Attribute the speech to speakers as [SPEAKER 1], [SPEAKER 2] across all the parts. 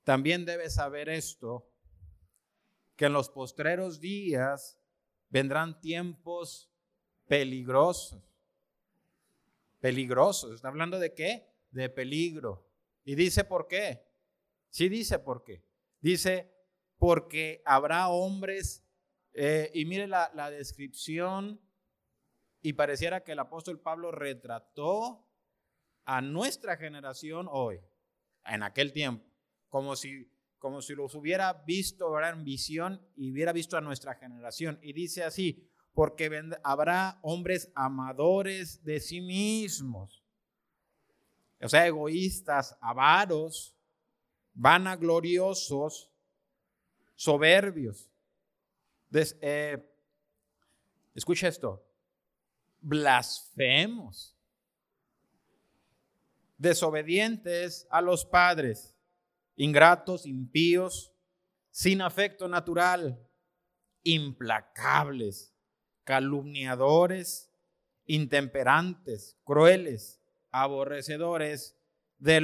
[SPEAKER 1] también debes saber esto, que en los postreros días vendrán tiempos peligrosos. Peligrosos. ¿Está hablando de qué? De peligro. Y dice por qué. Sí dice por qué. Dice porque habrá hombres, y mire la descripción, y pareciera que el apóstol Pablo retrató a nuestra generación hoy, en aquel tiempo, como si los hubiera visto, ¿verdad?, en visión y hubiera visto a nuestra generación. Y dice así, porque habrá hombres amadores de sí mismos, o sea, egoístas, avaros, vanagloriosos, soberbios. Escucha esto, blasfemos, desobedientes a los padres, ingratos, impíos, sin afecto natural, implacables, calumniadores, intemperantes, crueles, aborrecedores de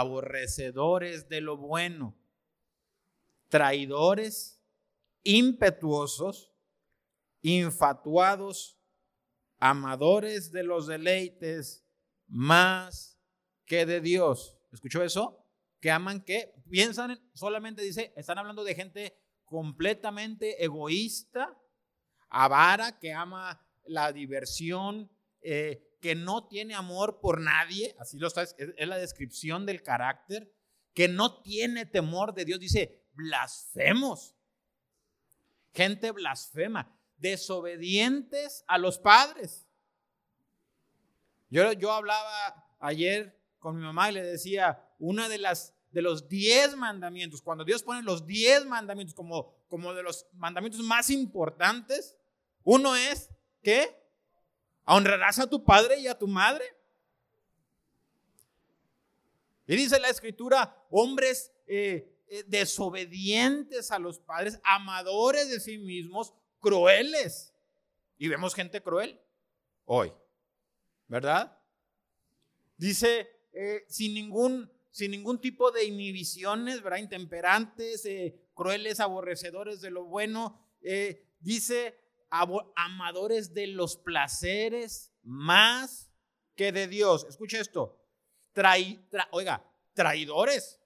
[SPEAKER 1] lo bueno, traidores, impetuosos, infatuados, amadores de los deleites más que de Dios. ¿Escuchó eso? Que aman, que piensan solamente, dice, están hablando de gente completamente egoísta, avara, que ama la diversión, que no tiene amor por nadie, así lo está, es la descripción del carácter, que no tiene temor de Dios, dice, blasfemos, gente blasfema, desobedientes a los padres. Yo hablaba ayer con mi mamá y le decía, una de los 10 mandamientos, cuando Dios pone los 10 mandamientos como de los mandamientos más importantes, uno es que honrarás a tu padre y a tu madre. Y dice la escritura, hombres desobedientes a los padres, amadores de sí mismos, crueles. Y vemos gente cruel hoy, ¿verdad? Dice, sin ningún tipo de inhibiciones, ¿verdad? Intemperantes, crueles, aborrecedores de lo bueno. Dice, amadores de los placeres más que de Dios. Escucha esto. Traidores.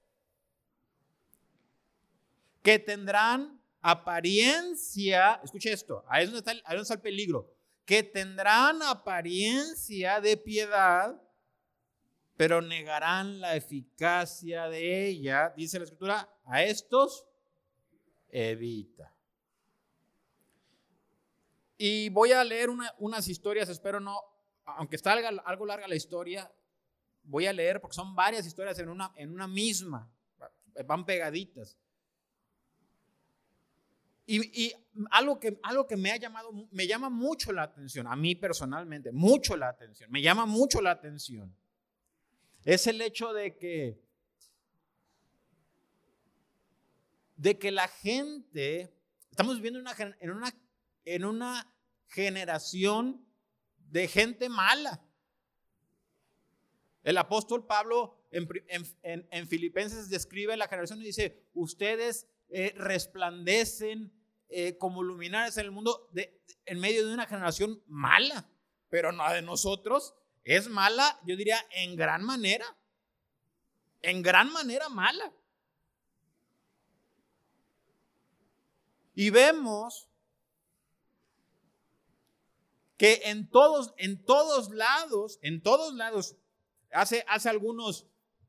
[SPEAKER 1] Que tendrán apariencia, escucha esto, ahí es donde está el peligro. Que tendrán apariencia de piedad, pero negarán la eficacia de ella. Dice la escritura, a estos evita. Y voy a leer unas historias, espero no, aunque está algo larga la historia, voy a leer porque son varias historias en una misma, van pegaditas. Y algo que me llama mucho la atención, a mí personalmente, mucho la atención, me llama mucho la atención, es el hecho de que la gente, estamos viviendo en una generación de gente mala. El apóstol Pablo en Filipenses describe la generación y dice, ustedes resplandecen como luminares en el mundo en medio de una generación mala, pero no de nosotros. Es mala, yo diría, en gran manera mala. Y vemos que en todos lados, hace algunos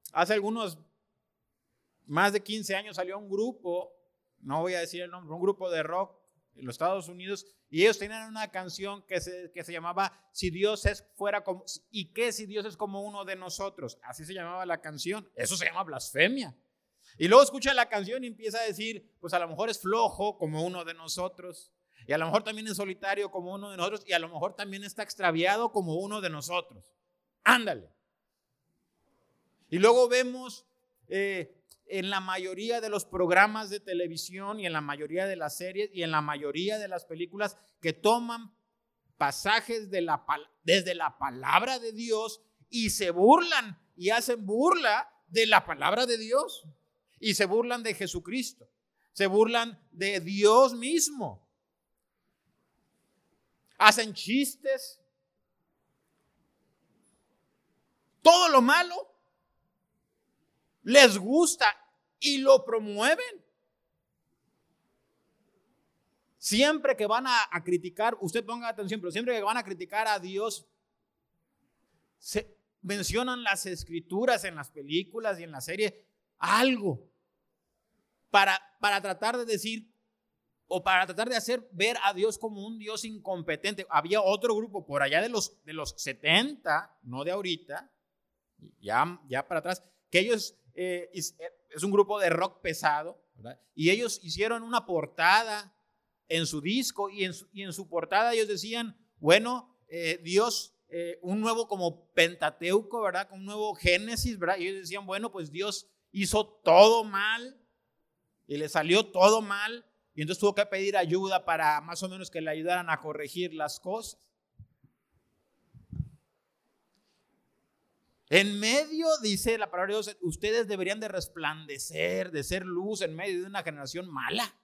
[SPEAKER 1] más de 15 años salió un grupo, no voy a decir el nombre, un grupo de rock en los Estados Unidos, y ellos tenían una canción que se llamaba Si Dios fuera como, y que si Dios es como uno de nosotros, así se llamaba la canción. Eso se llama blasfemia. Y luego escucha la canción y empieza a decir, pues a lo mejor es flojo como uno de nosotros, y a lo mejor también es solitario como uno de nosotros, y a lo mejor también está extraviado como uno de nosotros. Ándale. Y luego vemos en la mayoría de los programas de televisión y en la mayoría de las series y en la mayoría de las películas que toman pasajes desde la palabra de Dios y se burlan y hacen burla de la palabra de Dios. y se burlan de Jesucristo, se burlan de Dios mismo. Hacen chistes. Todo lo malo les gusta y lo promueven. Siempre que van a criticar, usted ponga atención, pero siempre que van a criticar a Dios, se mencionan las escrituras en las películas y en la serie, algo para tratar de decir o para tratar de hacer ver a Dios como un Dios incompetente. Había otro grupo por allá de los 70, no de ahorita, ya para atrás, que ellos es un grupo de rock pesado, ¿verdad? Y ellos hicieron una portada en su disco y en su portada ellos decían, bueno, Dios, un nuevo como Pentateuco, ¿verdad? Un nuevo Génesis, ¿verdad? Y ellos decían, bueno, pues Dios hizo todo mal y le salió todo mal y entonces tuvo que pedir ayuda para más o menos que le ayudaran a corregir las cosas. En medio, dice la palabra de Dios, ustedes deberían de resplandecer, de ser luz en medio de una generación mala.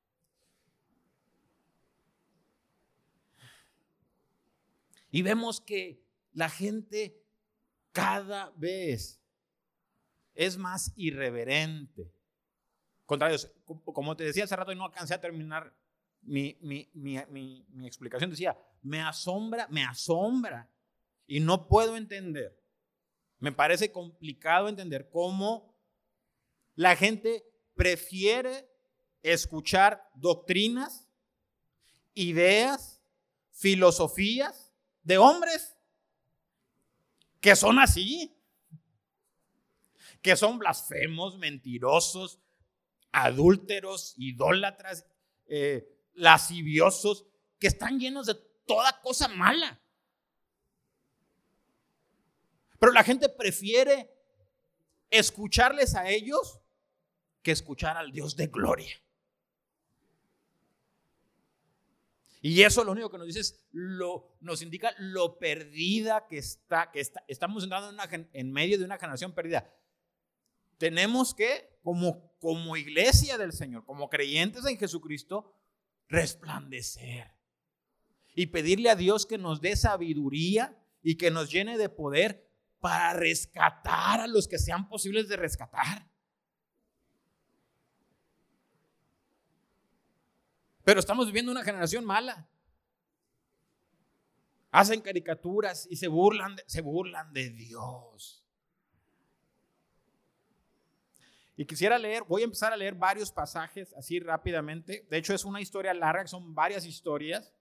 [SPEAKER 1] Y vemos que la gente cada vez es más irreverente. Contrarios, como te decía hace rato y no alcancé a terminar mi explicación, decía, me asombra y no puedo entender. Me parece complicado entender cómo la gente prefiere escuchar doctrinas, ideas, filosofías de hombres que son así, que son blasfemos, mentirosos, adúlteros, idólatras, lasciviosos, que están llenos de toda cosa mala. Pero la gente prefiere escucharles a ellos que escuchar al Dios de gloria. Y eso lo único que nos dice es, nos indica lo perdida que estamos entrando en medio de una generación perdida. Tenemos que, como iglesia del Señor, como creyentes en Jesucristo, resplandecer y pedirle a Dios que nos dé sabiduría y que nos llene de poder para rescatar a los que sean posibles de rescatar. Pero estamos viviendo una generación mala. Hacen caricaturas y se burlan de Dios. Y quisiera voy a empezar a leer varios pasajes así rápidamente. De hecho, es una historia larga, son varias historias.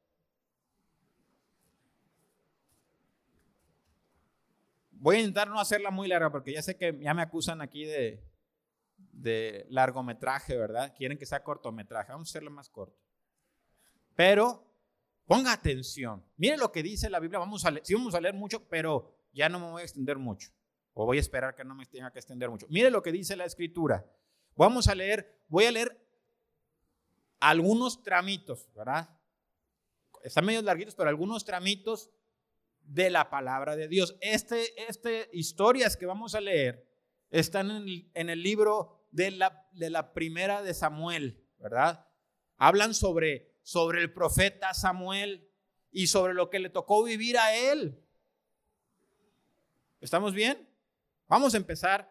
[SPEAKER 1] Voy a intentar no hacerla muy larga porque ya sé que ya me acusan aquí de largometraje, ¿verdad? Quieren que sea cortometraje. Vamos a hacerlo más corto. Pero ponga atención. Mire lo que dice la Biblia. Sí vamos a leer mucho, pero ya no me voy a extender mucho. O voy a esperar que no me tenga que extender mucho. Mire lo que dice la Escritura. Voy a leer algunos tramitos, ¿verdad? Están medio larguitos, pero algunos tramitos de la palabra de Dios. Historias que vamos a leer están en el libro de la primera de Samuel, ¿verdad? Hablan sobre el profeta Samuel y sobre lo que le tocó vivir a él. ¿Estamos bien? Vamos a empezar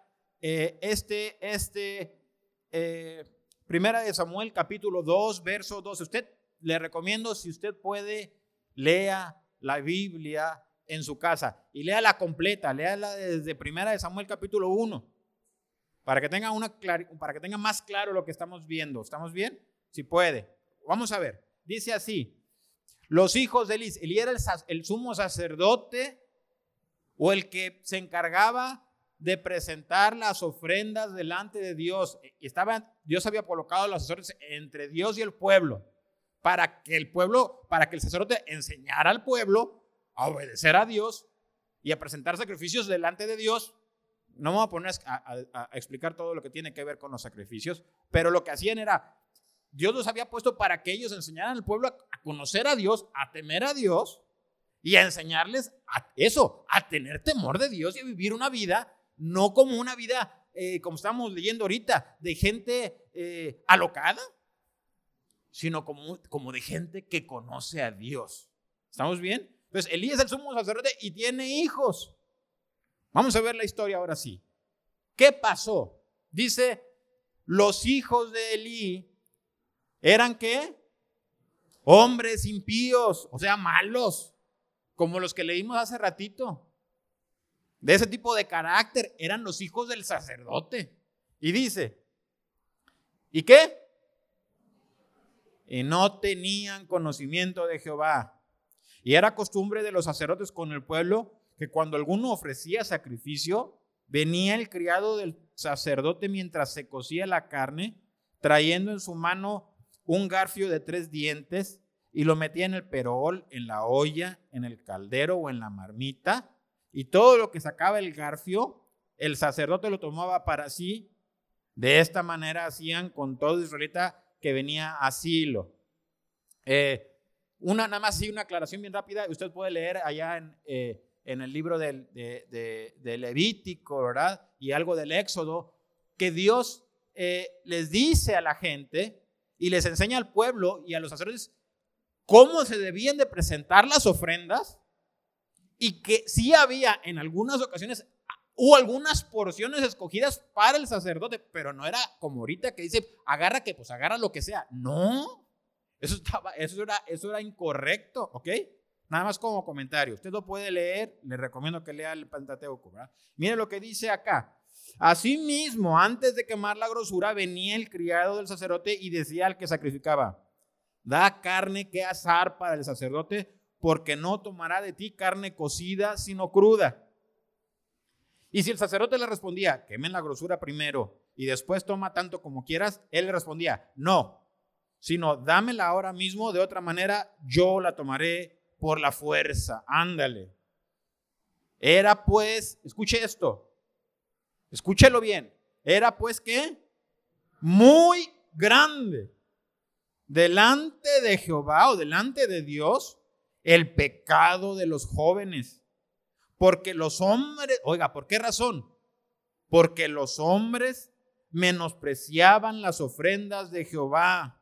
[SPEAKER 1] primera de Samuel capítulo 2 verso 2. Le recomiendo, si usted puede, lea la Biblia en su casa y léala completa, léala desde primera de Samuel capítulo 1 para que tenga más claro lo que estamos viendo. ¿Estamos bien? Si puede. Vamos a ver. Dice así: los hijos de Elí era el sumo sacerdote o el que se encargaba de presentar las ofrendas delante de Dios. Dios había colocado los sacerdotes entre Dios y el pueblo para que el sacerdote enseñara al pueblo a obedecer a Dios y a presentar sacrificios delante de Dios. No me voy a poner a explicar todo lo que tiene que ver con los sacrificios, pero lo que hacían era, Dios los había puesto para que ellos enseñaran al pueblo a conocer a Dios, a temer a Dios y a enseñarles a tener temor de Dios y a vivir una vida, no como una vida como estamos leyendo ahorita, de gente alocada, sino como de gente que conoce a Dios. ¿Estamos bien? Entonces, Elí es el sumo sacerdote y tiene hijos. Vamos a ver la historia ahora sí. ¿Qué pasó? Dice, los hijos de Elí eran ¿qué? Hombres impíos, o sea, malos, como los que leímos hace ratito. De ese tipo de carácter eran los hijos del sacerdote. Y dice, ¿y qué? Y no tenían conocimiento de Jehová. Y era costumbre de los sacerdotes con el pueblo que cuando alguno ofrecía sacrificio, venía el criado del sacerdote mientras se cocía la carne, trayendo en su mano un garfio de 3 dientes y lo metía en el perol, en la olla, en el caldero o en la marmita. Y todo lo que sacaba el garfio, el sacerdote lo tomaba para sí. De esta manera hacían con todo israelita que venía a Silo. Nada más una aclaración bien rápida. Usted puede leer allá en el libro de Levítico, ¿verdad? Y algo del Éxodo, que Dios les dice a la gente y les enseña al pueblo y a los sacerdotes cómo se debían de presentar las ofrendas, y que sí había en algunas ocasiones hubo algunas porciones escogidas para el sacerdote, pero no era como ahorita que dice, agarra lo que sea. No, eso era incorrecto, ¿ok? Nada más como comentario. Usted lo puede leer, le recomiendo que lea el Pentateuco, ¿verdad? Mire lo que dice acá. Asimismo, antes de quemar la grosura, venía el criado del sacerdote y decía al que sacrificaba, da carne que asar para el sacerdote, porque no tomará de ti carne cocida, sino cruda. Y si el sacerdote le respondía, quemen la grosura primero y después toma tanto como quieras, él le respondía, no, sino dámela ahora mismo, de otra manera yo la tomaré por la fuerza. Ándale. Era pues, escuche esto, escúchelo bien, era pues ¿qué? Muy grande delante de Jehová o delante de Dios el pecado de los jóvenes. Porque los hombres, oiga, ¿por qué razón? Porque los hombres menospreciaban las ofrendas de Jehová.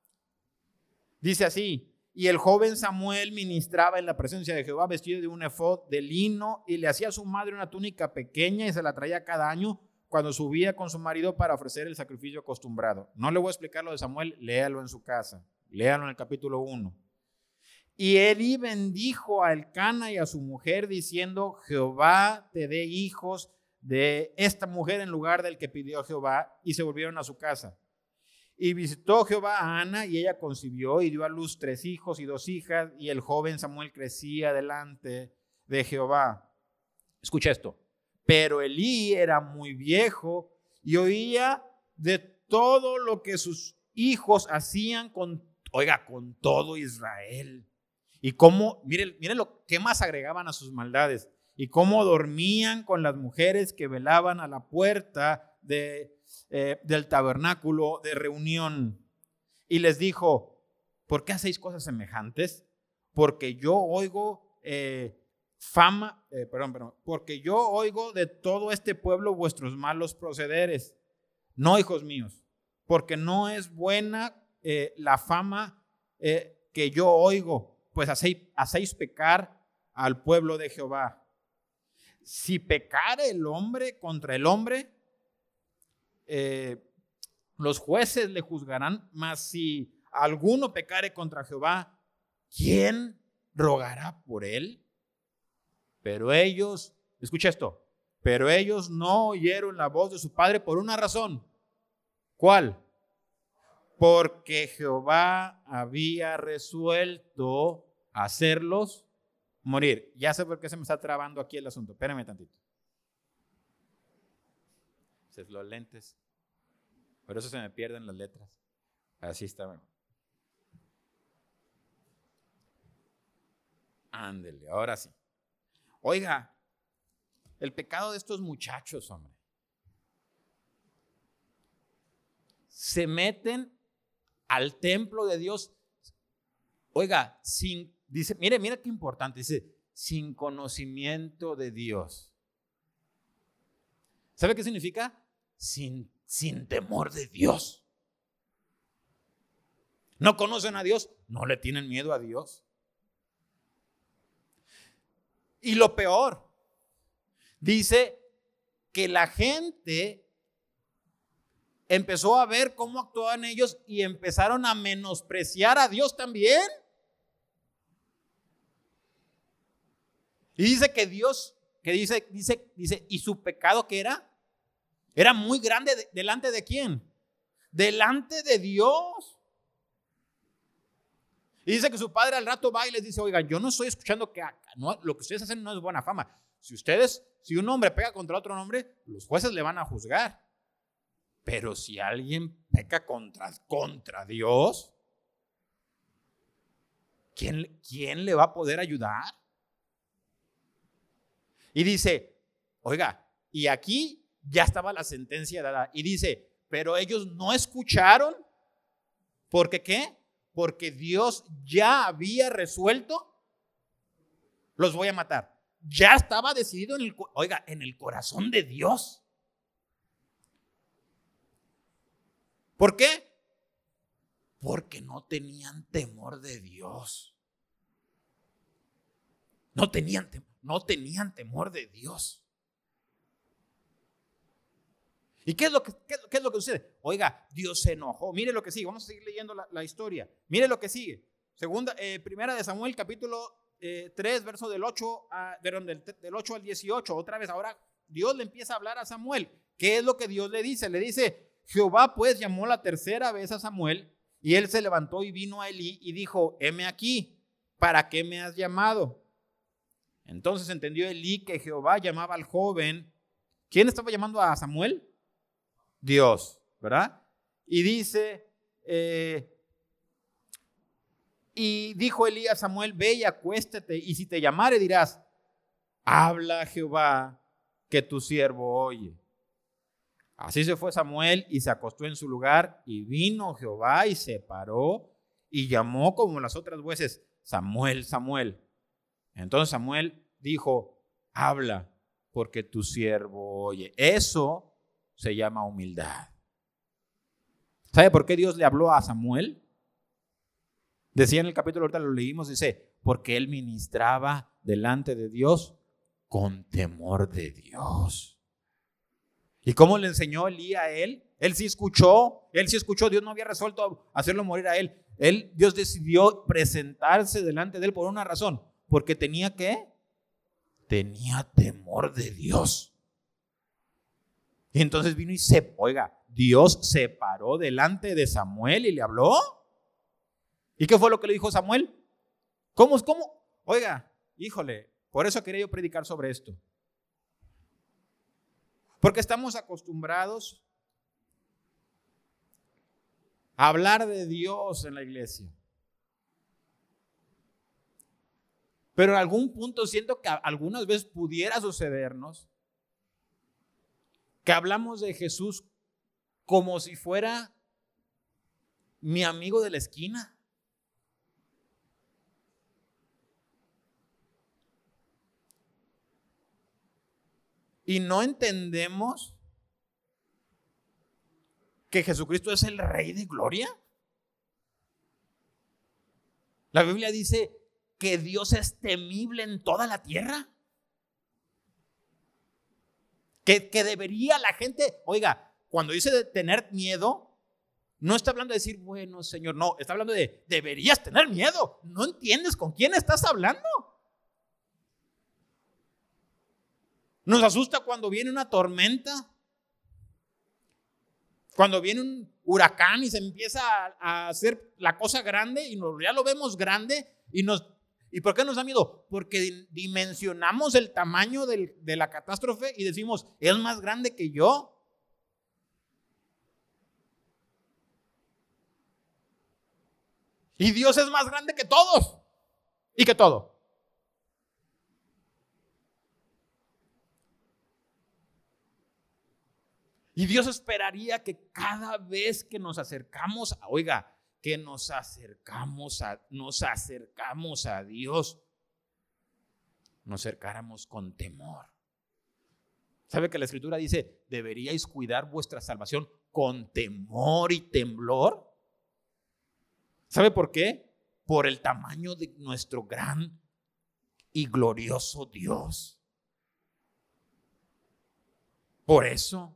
[SPEAKER 1] Dice así, y el joven Samuel ministraba en la presencia de Jehová vestido de un efod de lino y le hacía a su madre una túnica pequeña y se la traía cada año cuando subía con su marido para ofrecer el sacrificio acostumbrado. No le voy a explicar lo de Samuel, léalo en su casa, léalo en el capítulo 1. Y Elí bendijo a Elcana y a su mujer diciendo, Jehová te dé hijos de esta mujer en lugar del que pidió Jehová, y se volvieron a su casa. Y visitó Jehová a Ana y ella concibió y dio a luz 3 hijos y 2 hijas, y el joven Samuel crecía delante de Jehová. Escucha esto. Pero Elí era muy viejo y oía de todo lo que sus hijos hacían con todo Israel. Y cómo, miren lo que más agregaban a sus maldades. Y cómo dormían con las mujeres que velaban a la puerta del tabernáculo de reunión. Y les dijo, ¿por qué hacéis cosas semejantes? Porque yo oigo porque yo oigo de todo este pueblo vuestros malos procederes. No, hijos míos, porque no es buena la fama que yo oigo, pues hacéis pecar al pueblo de Jehová. Si pecare el hombre contra el hombre, los jueces le juzgarán, mas si alguno pecare contra Jehová, ¿quién rogará por él? Pero ellos, escucha esto, pero ellos no oyeron la voz de su padre por una razón. ¿Cuál? Porque Jehová había resuelto hacerlos morir. Ya sé por qué se me está trabando aquí el asunto. Espérame tantito. Los lentes. Por eso se me pierden las letras. Así está. Bueno. Ándele, ahora sí. Oiga, el pecado de estos muchachos, hombre. Se meten al templo de Dios. Oiga, dice, mire qué importante, dice, sin conocimiento de Dios. ¿Sabe qué significa? sin temor de Dios. No conocen a Dios, no le tienen miedo a Dios. Y lo peor, dice que la gente empezó a ver cómo actuaban ellos y empezaron a menospreciar a Dios también. Y dice que Dios, dice, y su pecado que era muy grande delante de ¿quién? Delante de Dios. Y dice que su padre al rato va y les dice, oigan, yo no estoy escuchando que no, lo que ustedes hacen no es buena fama. Si un hombre pega contra otro hombre, los jueces le van a juzgar. Pero si alguien peca contra Dios, ¿quién le va a poder ayudar? Y dice, oiga, y aquí ya estaba la sentencia dada. Y dice, pero ellos no escucharon. ¿Por qué qué? Porque Dios ya había resuelto, los voy a matar. Ya estaba decidido en el corazón de Dios. ¿Por qué? Porque no tenían temor de Dios. No tenían temor de Dios. ¿Y qué es lo que sucede? Oiga, Dios se enojó. Mire lo que sigue. Vamos a seguir leyendo la historia. Mire lo que sigue. Primera de Samuel, capítulo 3, verso del 8 al 18. Otra vez, ahora Dios le empieza a hablar a Samuel. ¿Qué es lo que Dios le dice? Le dice, Jehová pues llamó la tercera vez a Samuel, y él se levantó y vino a Elí y dijo, heme aquí, ¿para qué me has llamado? Entonces entendió Elí que Jehová llamaba al joven. ¿Quién estaba llamando a Samuel? Dios, ¿verdad? Y dice, y dijo Elí a Samuel, ve y acuéstate, y si te llamare dirás, habla Jehová, que tu siervo oye. Así se fue Samuel y se acostó en su lugar, y vino Jehová y se paró y llamó como las otras veces, Samuel, Samuel. Entonces Samuel dijo, habla, porque tu siervo oye. Eso se llama humildad. ¿Sabe por qué Dios le habló a Samuel? Decía en el capítulo, ahorita lo leímos, dice, porque él ministraba delante de Dios con temor de Dios. ¿Y cómo le enseñó Elí a él? Él sí escuchó, Dios no había resuelto hacerlo morir a él. Dios decidió presentarse delante de él por una razón, porque tenía temor de Dios. Y entonces vino Dios se paró delante de Samuel y le habló. ¿Y qué fue lo que le dijo Samuel? ¿Cómo? Oiga, híjole, por eso quería yo predicar sobre esto. Porque estamos acostumbrados a hablar de Dios en la iglesia. Pero en algún punto siento que algunas veces pudiera sucedernos que hablamos de Jesús como si fuera mi amigo de la esquina. Y no entendemos que Jesucristo es el Rey de Gloria. La Biblia dice que Dios es temible en toda la tierra. Que debería la gente, oiga, cuando dice de tener miedo, no está hablando de decir, bueno, Señor, no, está hablando de deberías tener miedo. ¿No entiendes con quién estás hablando? Nos asusta cuando viene una tormenta, cuando viene un huracán y se empieza a hacer la cosa grande y ya lo vemos grande ¿y por qué nos da miedo? Porque dimensionamos el tamaño de la catástrofe y decimos, es más grande que yo. Y Dios es más grande que todos y que todo. Y Dios esperaría que cada vez que nos acercamos, que nos acercamos a Dios, nos acercáramos con temor. ¿Sabe que la Escritura dice, deberíais cuidar vuestra salvación con temor y temblor? ¿Sabe por qué? Por el tamaño de nuestro gran y glorioso Dios. Por eso.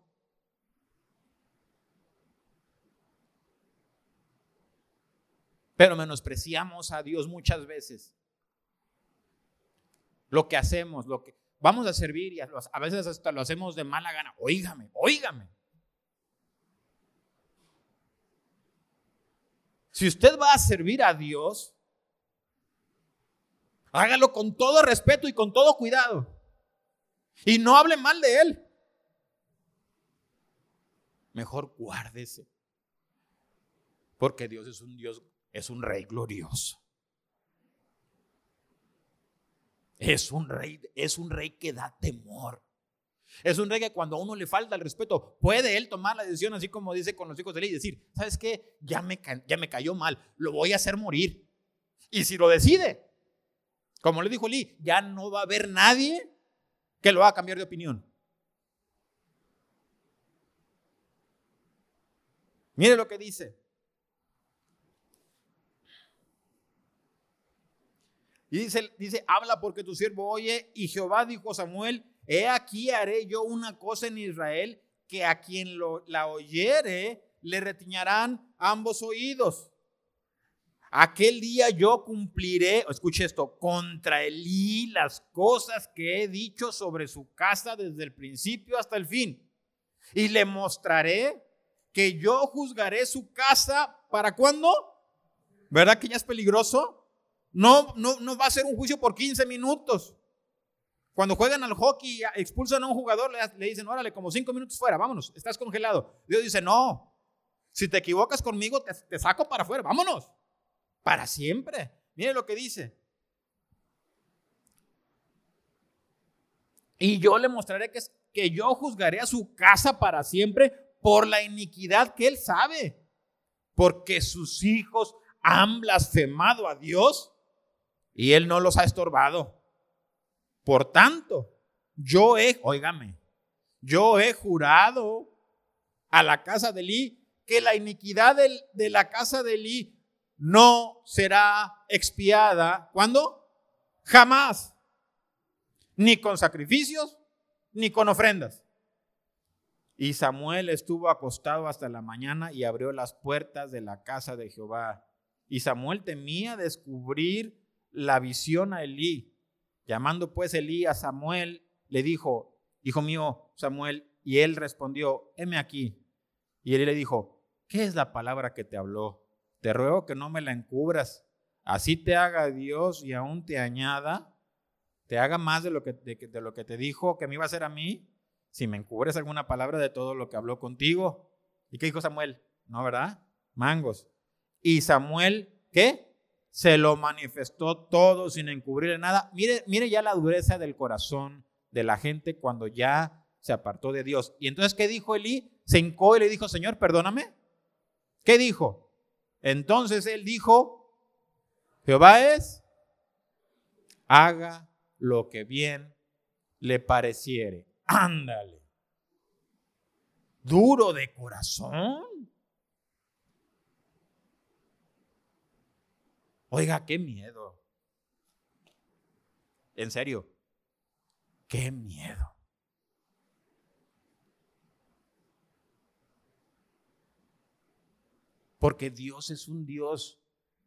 [SPEAKER 1] Pero menospreciamos a Dios muchas veces. Lo que hacemos, lo que vamos a servir y a veces hasta lo hacemos de mala gana. Óigame. Si usted va a servir a Dios, hágalo con todo respeto y con todo cuidado. Y no hable mal de Él. Mejor guárdese. Porque Dios es un Dios, es un Rey glorioso. Es un rey que da temor. Es un rey que cuando a uno le falta el respeto, puede él tomar la decisión, así como dice con los hijos de Eli, y decir, ¿sabes qué? Ya me cayó mal, lo voy a hacer morir. Y si lo decide, como le dijo Eli, ya no va a haber nadie que lo haga cambiar de opinión. Mire lo que dice. Y dice, habla porque tu siervo oye. Y Jehová dijo a Samuel, he aquí haré yo una cosa en Israel, que a quien la oyere le retiñarán ambos oídos. Aquel día yo cumpliré, escuche esto, contra Elí las cosas que he dicho sobre su casa desde el principio hasta el fin. Y le mostraré que yo juzgaré su casa, ¿para cuándo? ¿Verdad que ya es peligroso? No va a ser un juicio por 15 minutos. Cuando juegan al hockey y expulsan a un jugador, le dicen, órale, como 5 minutos fuera, vámonos, estás congelado. Dios dice, no, si te equivocas conmigo, te saco para afuera, vámonos, para siempre. Mire lo que dice. Y yo le mostraré que yo juzgaré a su casa para siempre por la iniquidad que él sabe, porque sus hijos han blasfemado a Dios y él no los ha estorbado. Por tanto, yo he jurado a la casa de Elí que la iniquidad de la casa de Elí no será expiada. ¿Cuándo? Jamás. Ni con sacrificios, ni con ofrendas. Y Samuel estuvo acostado hasta la mañana y abrió las puertas de la casa de Jehová. Y Samuel temía descubrir la visión a Elí. Llamando pues Elí a Samuel, le dijo, hijo mío Samuel, y él respondió, heme aquí. Y Elí le dijo, ¿qué es la palabra que te habló? Te ruego que no me la encubras, así te haga Dios y aún te añada, te haga más de lo que te dijo que me iba a hacer a mí, si me encubres alguna palabra de todo lo que habló contigo. ¿Y qué dijo Samuel? No, ¿verdad? Mangos. Y Samuel, ¿qué? Se lo manifestó todo sin encubrirle nada. Mire ya la dureza del corazón de la gente cuando ya se apartó de Dios. Y entonces, ¿qué dijo Elí? Se hincó y le dijo, Señor, perdóname. ¿Qué dijo? Entonces él dijo, Jehová es, haga lo que bien le pareciere. Ándale. Duro de corazón. Oiga, qué miedo. En serio, qué miedo. Porque Dios es un Dios.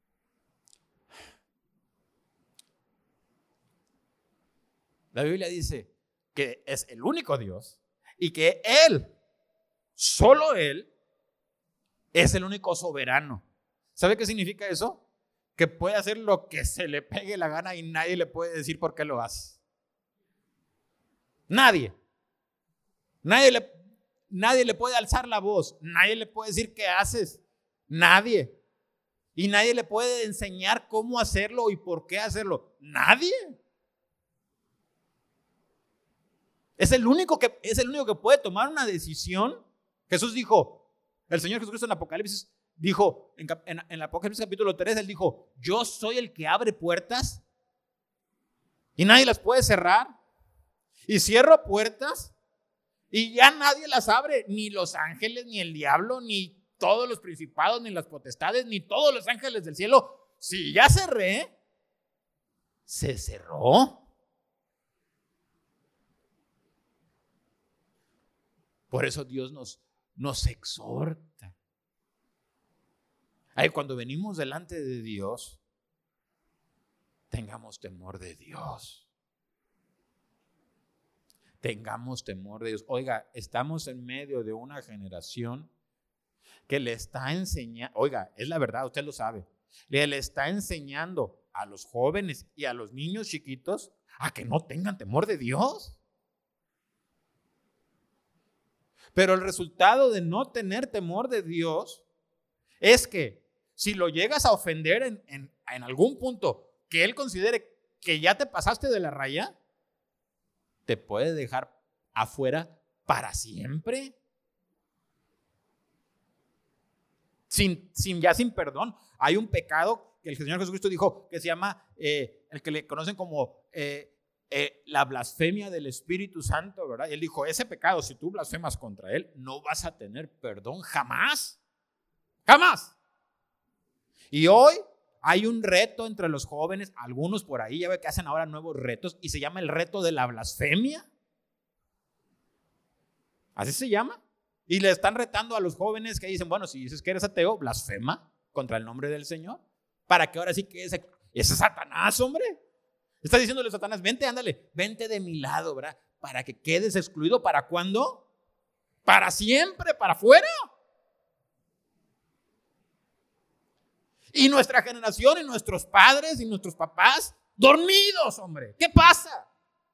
[SPEAKER 1] La Biblia dice que es el único Dios y que Él, solo Él, es el único soberano. ¿Sabe qué significa eso? Que puede hacer lo que se le pegue la gana y nadie le puede decir por qué lo hace. Nadie le puede alzar la voz, nadie le puede decir qué haces, nadie. Y nadie le puede enseñar cómo hacerlo y por qué hacerlo, nadie. Es el único que puede tomar una decisión. Jesús dijo, el Señor Jesucristo en Apocalipsis dijo, en Apocalipsis capítulo 3, él dijo, yo soy el que abre puertas y nadie las puede cerrar. Y cierro puertas Y ya nadie las abre, ni los ángeles, ni el diablo, ni todos los principados, ni las potestades, ni todos los ángeles del cielo. Si ya cerré, se cerró. Por eso Dios nos exhorta. Ay, cuando venimos delante de Dios, tengamos temor de Dios. Tengamos temor de Dios. Oiga, estamos en medio de una generación que le está enseñando, oiga, es la verdad, usted lo sabe, le está enseñando a los jóvenes y a los niños chiquitos a que no tengan temor de Dios. Pero el resultado de no tener temor de Dios es que si lo llegas a ofender en algún punto que Él considere que ya te pasaste de la raya, te puede dejar afuera para siempre. Sin perdón. Hay un pecado que el Señor Jesucristo dijo que se llama, el que le conocen como la blasfemia del Espíritu Santo, ¿verdad? Y Él dijo, ese pecado, si tú blasfemas contra Él, no vas a tener perdón jamás. Jamás. Y hoy hay un reto entre los jóvenes, algunos por ahí, ya ve que hacen ahora nuevos retos, y se llama el reto de la blasfemia. Así se llama. Y le están retando a los jóvenes que dicen, bueno, si dices que eres ateo, blasfema contra el nombre del Señor. Para que ahora sí que ese es Satanás, hombre. Está diciéndole a Satanás, vente, ándale, vente de mi lado, ¿verdad? Para que quedes excluido. ¿Para cuándo? Para siempre, para afuera. Y nuestra generación y nuestros padres y nuestros papás dormidos, hombre. ¿Qué pasa?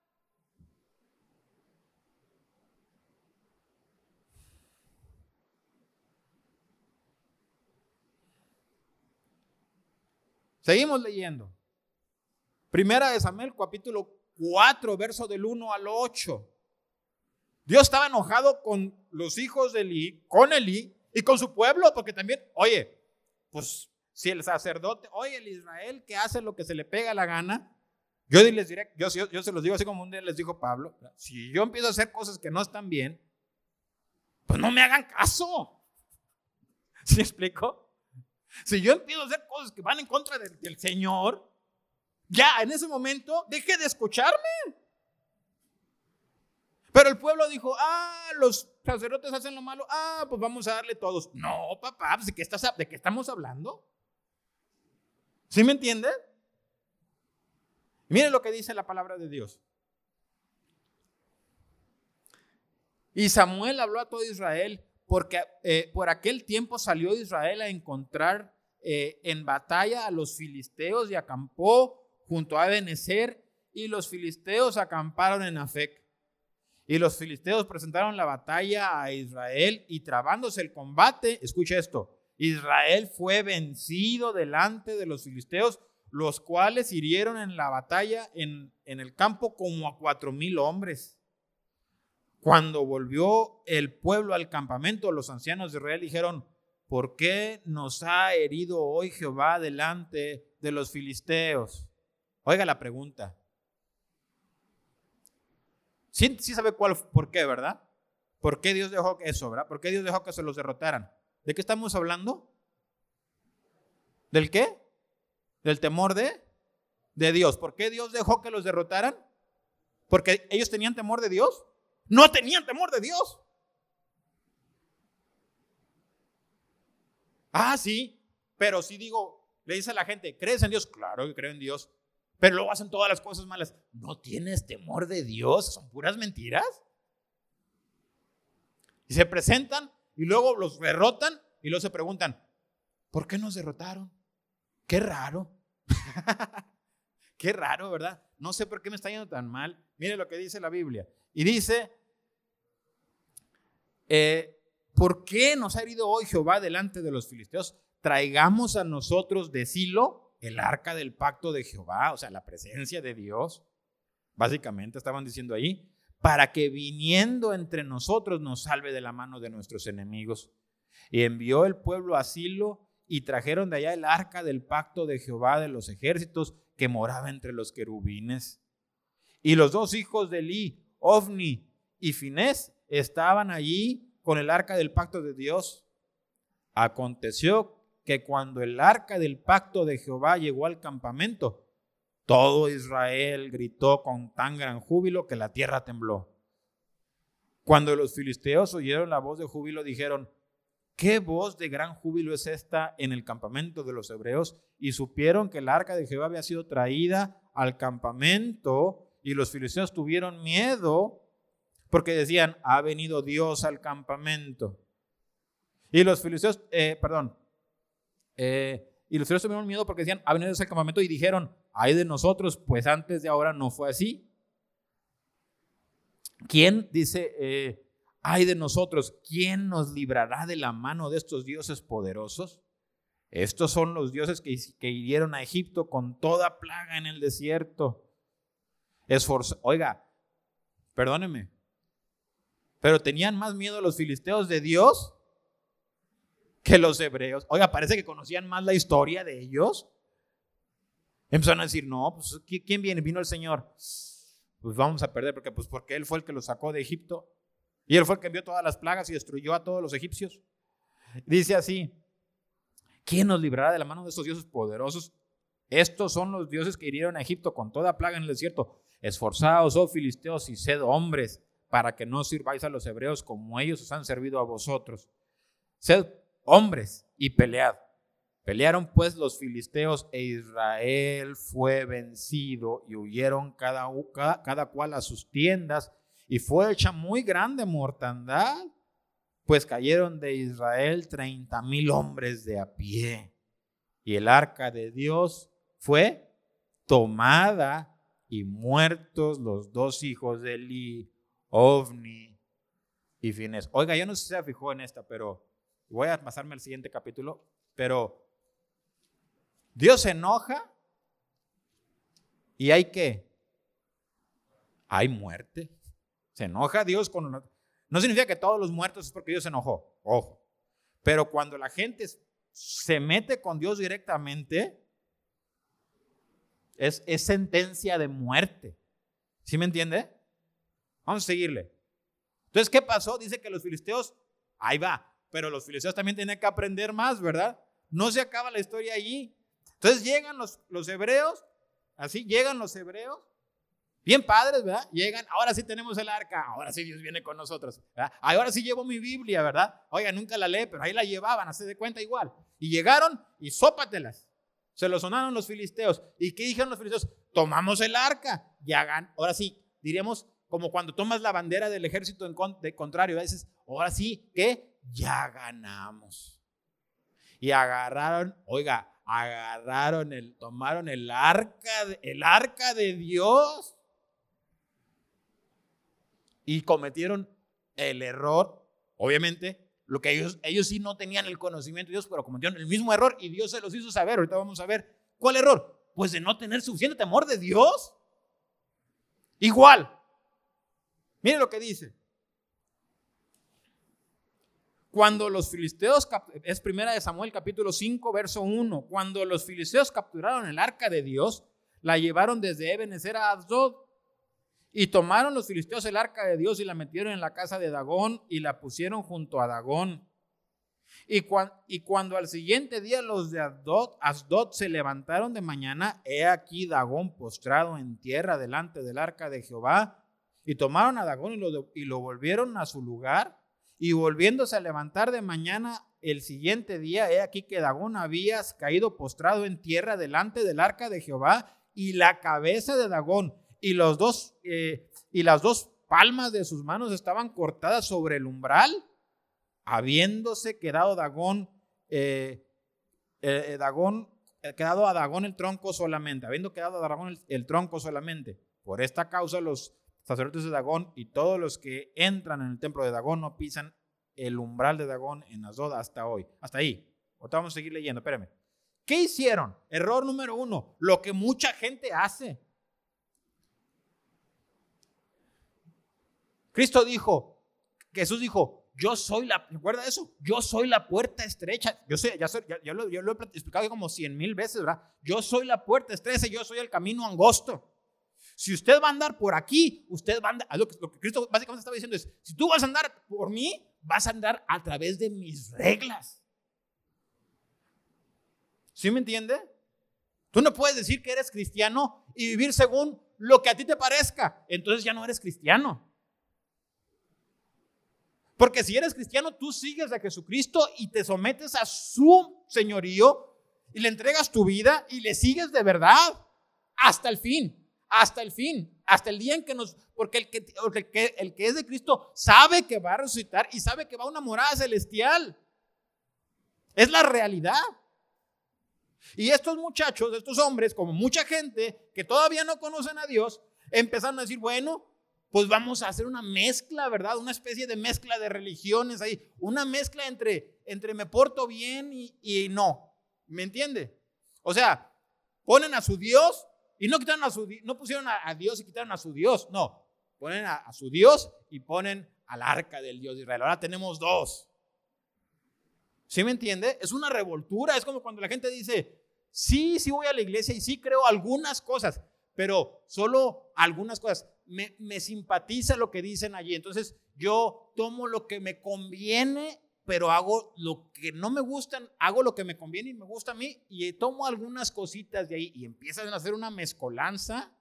[SPEAKER 1] Seguimos leyendo. Primera de Samuel, capítulo 4, verso del 1 al 8. Dios estaba enojado con los hijos de Elí, con Elí y con su pueblo, porque también, oye, pues si el sacerdote, oye, el Israel que hace lo que se le pega la gana, yo les diré, yo se los digo así como un día les dijo Pablo, si yo empiezo a hacer cosas que no están bien, pues no me hagan caso. ¿Sí me explico? Si yo empiezo a hacer cosas que van en contra del Señor, ya en ese momento deje de escucharme. Pero el pueblo dijo, los sacerdotes hacen lo malo, pues vamos a darle todos. No, papá, ¿de qué estamos hablando? ¿Sí me entienden? Miren lo que dice la palabra de Dios. Y Samuel habló a todo Israel, porque por aquel tiempo salió Israel a encontrar en batalla a los filisteos y acampó junto a Ebenezer, y los filisteos acamparon en Afec. Y los filisteos presentaron la batalla a Israel, y trabándose el combate, escucha esto, Israel fue vencido delante de los filisteos, los cuales hirieron en la batalla en el campo como a 4,000 hombres. Cuando volvió el pueblo al campamento, los ancianos de Israel dijeron, ¿por qué nos ha herido hoy Jehová delante de los filisteos? Oiga la pregunta. Sí sabe por qué, ¿verdad? ¿Por qué Dios dejó eso, verdad? ¿Por qué Dios dejó que se los derrotaran? ¿De qué estamos hablando? ¿Del qué? Del temor de Dios. ¿Por qué Dios dejó que los derrotaran? ¿Porque ellos tenían temor de Dios? No tenían temor de Dios. Sí, pero sí digo, le dice a la gente, ¿crees en Dios? Claro que creo en Dios, pero luego hacen todas las cosas malas. ¿No tienes temor de Dios? ¿Son puras mentiras? Y se presentan y luego los derrotan y luego se preguntan, ¿por qué nos derrotaron? Qué raro. Qué raro, ¿verdad? No sé por qué me está yendo tan mal. Mire lo que dice la Biblia. Y dice, ¿por qué nos ha herido hoy Jehová delante de los filisteos? Traigamos a nosotros de Silo el arca del pacto de Jehová, o sea, la presencia de Dios. Básicamente estaban diciendo ahí, para que viniendo entre nosotros nos salve de la mano de nuestros enemigos. Y envió el pueblo a Silo y trajeron de allá el arca del pacto de Jehová de los ejércitos que moraba entre los querubines. Y los dos hijos de Elí, Ofni y Finés, estaban allí con el arca del pacto de Dios. Aconteció que cuando el arca del pacto de Jehová llegó al campamento, todo Israel gritó con tan gran júbilo que la tierra tembló. Cuando los filisteos oyeron la voz de júbilo, dijeron: ¿qué voz de gran júbilo es esta en el campamento de los hebreos? Y supieron que el arca de Jehová había sido traída al campamento, y los filisteos tuvieron miedo porque decían: ha venido Dios al campamento. Y los filisteos, tuvieron miedo porque decían: ha venido Dios al campamento, y dijeron: ay de nosotros, pues antes de ahora no fue así. ¿Quién dice, ay de nosotros, quién nos librará de la mano de estos dioses poderosos? Estos son los dioses que hirieron a Egipto con toda plaga en el desierto. Oiga, perdóneme, pero tenían más miedo los filisteos de Dios que los hebreos. Oiga, parece que conocían más la historia de ellos. Empezaron a decir: no, pues ¿quién viene? Vino el Señor. Pues vamos a perder, porque Él fue el que los sacó de Egipto. Y Él fue el que envió todas las plagas y destruyó a todos los egipcios. Dice así: ¿quién nos librará de la mano de estos dioses poderosos? Estos son los dioses que hirieron a Egipto con toda plaga en el desierto. Esforzaos, oh filisteos, y sed hombres, para que no sirváis a los hebreos como ellos os han servido a vosotros. Sed hombres y pelead. Pelearon pues los filisteos, e Israel fue vencido, y huyeron cada cual a sus tiendas, y fue hecha muy grande mortandad, pues cayeron de Israel 30,000 hombres de a pie. Y el arca de Dios fue tomada, y muertos los dos hijos de Eli, Ofni y Finés. Oiga, yo no sé si se fijó en esta, pero voy a pasarme al siguiente capítulo. Pero Dios se enoja y hay muerte. Se enoja Dios con... No significa que todos los muertos es porque Dios se enojó, ojo. Pero cuando la gente se mete con Dios directamente, es sentencia de muerte. ¿Sí me entiende? Vamos a seguirle. Entonces, ¿qué pasó? Dice que los filisteos, ahí va, pero los filisteos también tienen que aprender más, ¿verdad? No se acaba la historia allí. Entonces llegan los hebreos, así llegan los hebreos, bien padres, ¿verdad? Llegan, ahora sí tenemos el arca, ahora sí Dios viene con nosotros, ¿verdad? Ahora sí llevo mi Biblia, ¿verdad? Oiga, nunca la leí, pero ahí la llevaban, hace de cuenta igual. Y llegaron y sópatelas. Se lo sonaron los filisteos. ¿Y qué dijeron los filisteos? Tomamos el arca. Ahora sí, diríamos como cuando tomas la bandera del ejército de contrario, a veces, ahora sí, ¿qué? Ya ganamos. Y tomaron el arca de Dios y cometieron el error. Obviamente, lo que ellos sí no tenían el conocimiento de Dios, pero cometieron el mismo error y Dios se los hizo saber. Ahorita vamos a ver. ¿Cuál error? Pues de no tener suficiente temor de Dios. Igual. Miren lo que dice. Cuando los filisteos, es primera de Samuel capítulo 5 verso 1, cuando los filisteos capturaron el arca de Dios, la llevaron desde Ebenezer a Asdod, y tomaron los filisteos el arca de Dios y la metieron en la casa de Dagón y la pusieron junto a Dagón. Y cuando al siguiente día los de Asdod se levantaron de mañana, he aquí Dagón postrado en tierra delante del arca de Jehová, y tomaron a Dagón y lo volvieron a su lugar. Y volviéndose a levantar de mañana el siguiente día, he aquí que Dagón había caído postrado en tierra delante del arca de Jehová, y la cabeza de Dagón y las dos palmas de sus manos estaban cortadas sobre el umbral, habiéndose quedado quedado a Dagón el tronco solamente, habiendo quedado a Dagón el tronco solamente. Por esta causa los sacerdotes de Dagón y todos los que entran en el templo de Dagón no pisan el umbral de Dagón en Asdod hasta hoy. Hasta ahí. Ahorita vamos a seguir leyendo, espérame. ¿Qué hicieron? Error número 1, lo que mucha gente hace. Jesús dijo, ¿recuerda eso? Yo soy la puerta estrecha. Yo lo he explicado como 100,000 veces, ¿verdad? Yo soy la puerta estrecha, yo soy el camino angosto. Si usted va a andar por aquí, usted va a andar, lo que Cristo básicamente estaba diciendo es, si tú vas a andar por mí, vas a andar a través de mis reglas. ¿Sí me entiende? Tú no puedes decir que eres cristiano y vivir según lo que a ti te parezca. Entonces ya no eres cristiano. Porque si eres cristiano, tú sigues a Jesucristo y te sometes a su señorío y le entregas tu vida y le sigues de verdad hasta el fin, hasta el día en que porque el que es de Cristo sabe que va a resucitar y sabe que va a una morada celestial. Es la realidad. Y estos muchachos, estos hombres, como mucha gente que todavía no conocen a Dios, empezaron a decir, bueno, pues vamos a hacer una mezcla, ¿verdad? Una especie de mezcla de religiones ahí, una mezcla entre me porto bien y no, ¿me entiende? O sea, ponen a su Dios y no pusieron a Dios y quitaron a su Dios, no, ponen a su Dios y ponen al arca del Dios de Israel. Ahora tenemos dos. ¿Sí me entiende? Es una revoltura, es como cuando la gente dice, sí voy a la iglesia y sí creo algunas cosas, pero solo algunas cosas. Me simpatiza lo que dicen allí. Entonces yo tomo lo que me conviene, pero hago lo que no me gustan, hago lo que me conviene y me gusta a mí y tomo algunas cositas de ahí y empiezan a hacer una mezcolanza.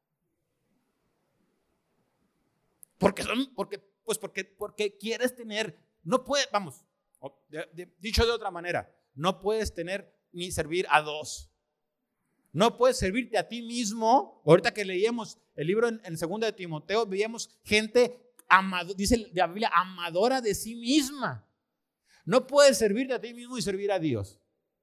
[SPEAKER 1] Porque quieres tener, no puedes, vamos, dicho de otra manera, no puedes tener ni servir a dos. No puedes servirte a ti mismo. Ahorita que leíamos el libro en 2 de Timoteo, veíamos gente, dice la Biblia, amadora de sí misma. No puedes servirte a ti mismo y servir a Dios.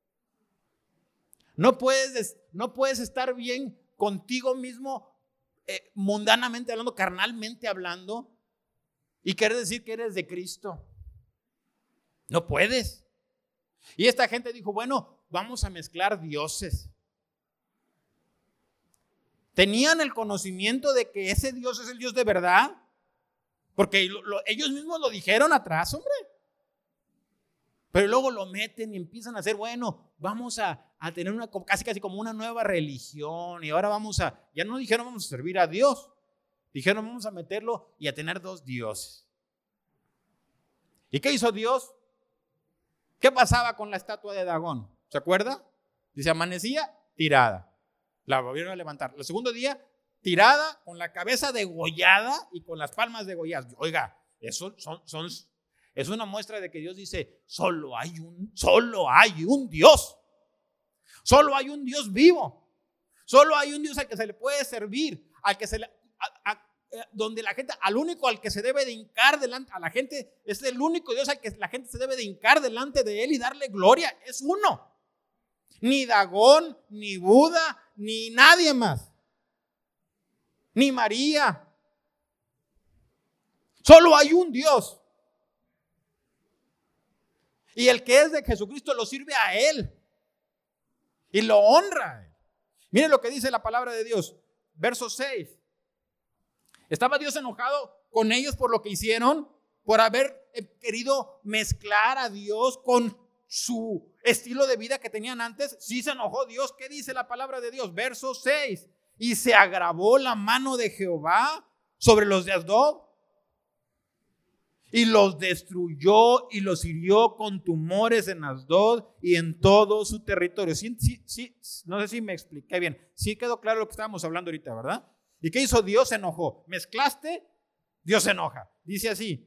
[SPEAKER 1] No puedes estar bien contigo mismo, mundanamente hablando, carnalmente hablando, y querer decir que eres de Cristo. No puedes. Y esta gente dijo, bueno, vamos a mezclar dioses. ¿Tenían el conocimiento de que ese Dios es el Dios de verdad? Porque ellos mismos lo dijeron atrás, hombre. Pero luego lo meten y empiezan a hacer, bueno, vamos a tener casi como una nueva religión. Y ahora ya no dijeron vamos a servir a Dios. Dijeron vamos a meterlo y a tener dos dioses. ¿Y qué hizo Dios? ¿Qué pasaba con la estatua de Dagón? ¿Se acuerda? Dice, amanecía tirada. La volvieron a levantar. El segundo día, tirada, con la cabeza degollada y con las palmas degolladas. Oiga, eso es una muestra de que Dios dice, solo hay un Dios. Solo hay un Dios vivo. Solo hay un Dios al que se le puede servir, donde la gente, al único al que se debe de hincar delante, a la gente, es el único Dios al que la gente se debe de hincar delante de él y darle gloria. Es uno. Ni Dagón, ni Buda, ni nadie más. Ni María. Solo hay un Dios. Y el que es de Jesucristo lo sirve a Él. Y lo honra. Miren lo que dice la palabra de Dios. Verso 6. ¿Estaba Dios enojado con ellos por lo que hicieron? Por haber querido mezclar a Dios con su estilo de vida que tenían antes. Sí se enojó Dios. ¿Qué dice la palabra de Dios? Verso 6. Y se agravó la mano de Jehová sobre los de Asdod y los destruyó y los hirió con tumores en Asdod y en todo su territorio. Sí, no sé si me expliqué bien. Sí quedó claro lo que estábamos hablando ahorita, ¿verdad? ¿Y qué hizo Dios? Se enojó. ¿Mezclaste? Dios se enoja. Dice así.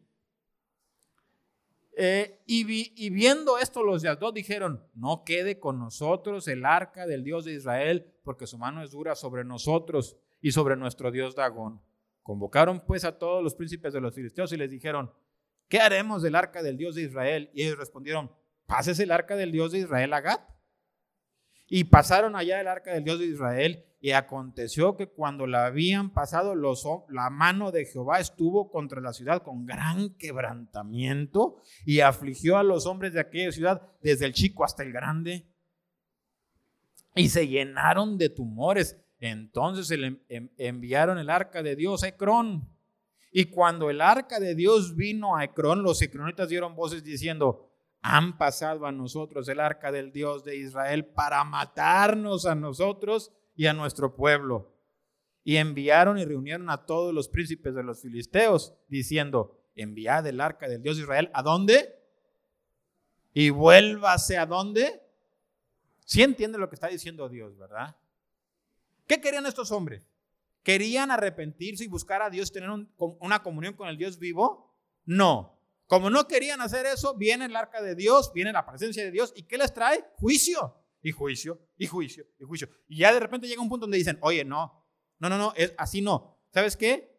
[SPEAKER 1] Y viendo esto los de Asdod dijeron, no quede con nosotros el arca del Dios de Israel, porque su mano es dura sobre nosotros y sobre nuestro Dios Dagón. Convocaron pues a todos los príncipes de los filisteos y les dijeron, ¿qué haremos del arca del Dios de Israel? Y ellos respondieron, pásese el arca del Dios de Israel a Gat. Y pasaron allá el arca del Dios de Israel, y aconteció que cuando la habían pasado, la mano de Jehová estuvo contra la ciudad con gran quebrantamiento y afligió a los hombres de aquella ciudad, desde el chico hasta el grande, y se llenaron de tumores. Entonces enviaron el arca de Dios a Ecrón. Y cuando el arca de Dios vino a Ecrón, los ecronitas dieron voces diciendo, han pasado a nosotros el arca del Dios de Israel para matarnos a nosotros y a nuestro pueblo. Y enviaron y reunieron a todos los príncipes de los filisteos, diciendo: enviad el arca del Dios de Israel. ¿A dónde? Y vuélvase ¿a dónde? Sí entiende lo que está diciendo Dios, ¿verdad? ¿Qué querían estos hombres? ¿Querían arrepentirse y buscar a Dios, tener una comunión con el Dios vivo? No. Como no querían hacer eso, viene el arca de Dios, viene la presencia de Dios. ¿Y qué les trae? Juicio. Y juicio, y juicio, y juicio. Y ya de repente llega un punto donde dicen: oye, no, así no. ¿Sabes qué?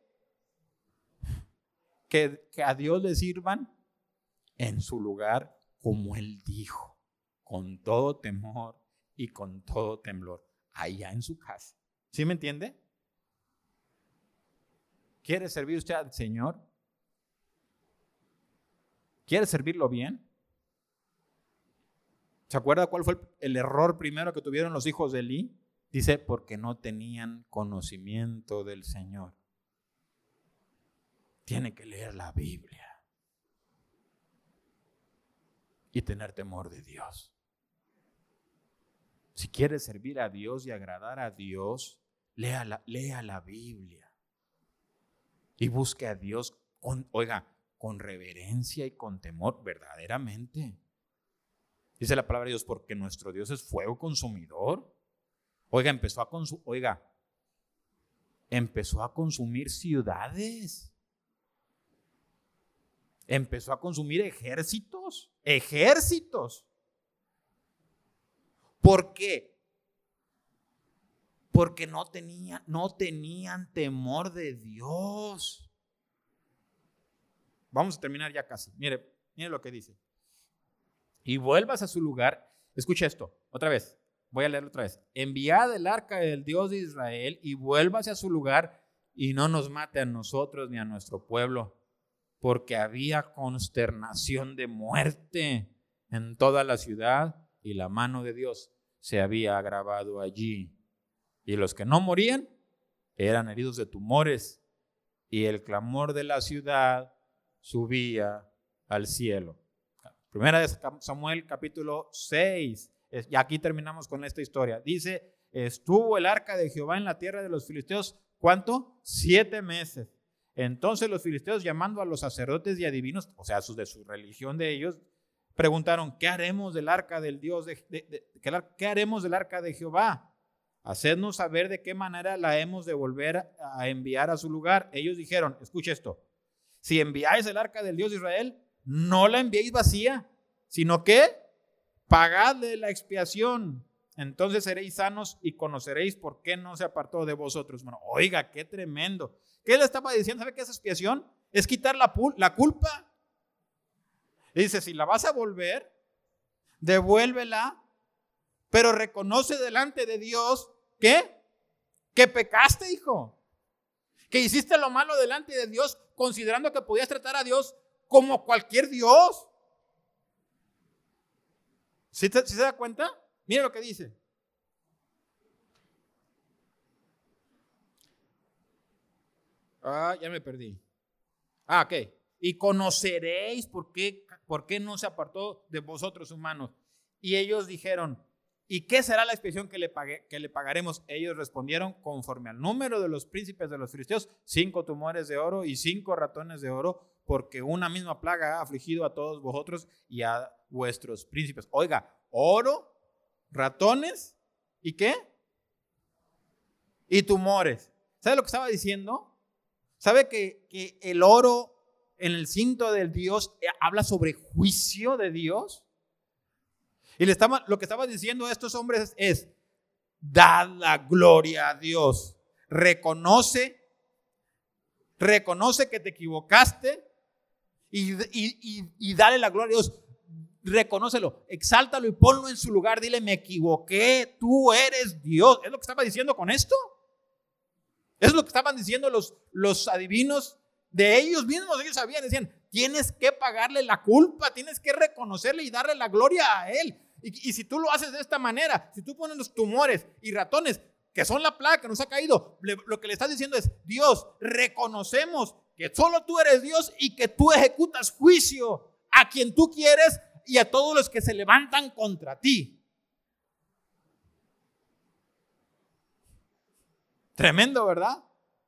[SPEAKER 1] Que a Dios le sirvan en su lugar como Él dijo, con todo temor y con todo temblor, allá en su casa. ¿Sí me entiende? ¿Quiere servir usted al Señor? ¿Quiere servirlo bien? ¿Se acuerda cuál fue el error primero que tuvieron los hijos de Elí? Dice: porque no tenían conocimiento del Señor. Tiene que leer la Biblia y tener temor de Dios. Si quiere servir a Dios y agradar a Dios, lea la Biblia y busque a Dios con reverencia y con temor verdaderamente. Dice la palabra de Dios: porque nuestro Dios es fuego consumidor. Empezó a consumir ciudades. Empezó a consumir ejércitos. ¿Por qué? Porque no tenían temor de Dios. Vamos a terminar ya casi. Mire lo que dice. Y vuelvas a su lugar. Escucha esto, otra vez. Voy a leerlo otra vez. Enviad el arca del Dios de Israel y vuélvase a su lugar y no nos mate a nosotros ni a nuestro pueblo, porque había consternación de muerte en toda la ciudad y la mano de Dios se había agravado allí. Y los que no morían eran heridos de tumores y el clamor de la ciudad subía al cielo. Primera de Samuel capítulo 6. Y aquí terminamos con esta historia. Dice: estuvo el arca de Jehová en la tierra de los filisteos, ¿cuánto? 7 meses. Entonces los filisteos, llamando a los sacerdotes y adivinos, o sea, de su religión de ellos, preguntaron: ¿qué haremos del arca del Dios? ¿Qué haremos del arca de Jehová? Hacednos saber de qué manera la hemos de volver a enviar a su lugar. Ellos dijeron: escucha esto, si enviáis el arca del Dios de Israel, no la enviéis vacía, sino que pagadle la expiación. Entonces seréis sanos y conoceréis por qué no se apartó de vosotros. Bueno, oiga, qué tremendo. ¿Qué le estaba diciendo? ¿Sabe qué es expiación? Es quitar la culpa. Y dice: si la vas a volver, devuélvela, pero reconoce delante de Dios que pecaste, hijo. Que hiciste lo malo delante de Dios, considerando que podías tratar a Dios como cualquier Dios. ¿Sí se da cuenta? Mira lo que dice. Ya me perdí. Ok. Y conoceréis por qué no se apartó de vosotros, humanos. Y ellos dijeron: ¿y qué será la expiación que le pagaremos? Ellos respondieron: conforme al número de los príncipes de los filisteos, 5 tumores de oro y 5 ratones de oro, porque una misma plaga ha afligido a todos vosotros y a vuestros príncipes. Oiga, oro, ratones y ¿qué? Y tumores. ¿Sabe lo que estaba diciendo? ¿Sabe que el oro en el cinto del Dios habla sobre juicio de Dios? Y lo que estaba diciendo a estos hombres es: dad la gloria a Dios. Reconoce que te equivocaste y dale la gloria a Dios. Reconócelo, exáltalo y ponlo en su lugar. Dile: me equivoqué, tú eres Dios. ¿Es lo que estaba diciendo con esto? Es lo que estaban diciendo los adivinos de ellos mismos. Ellos sabían, decían: tienes que pagarle la culpa, tienes que reconocerle y darle la gloria a Él. Y si tú lo haces de esta manera, si tú pones los tumores y ratones, que son la plaga que nos ha caído, lo que le estás diciendo es: Dios, reconocemos que solo tú eres Dios y que tú ejecutas juicio a quien tú quieres y a todos los que se levantan contra ti. Tremendo, ¿verdad?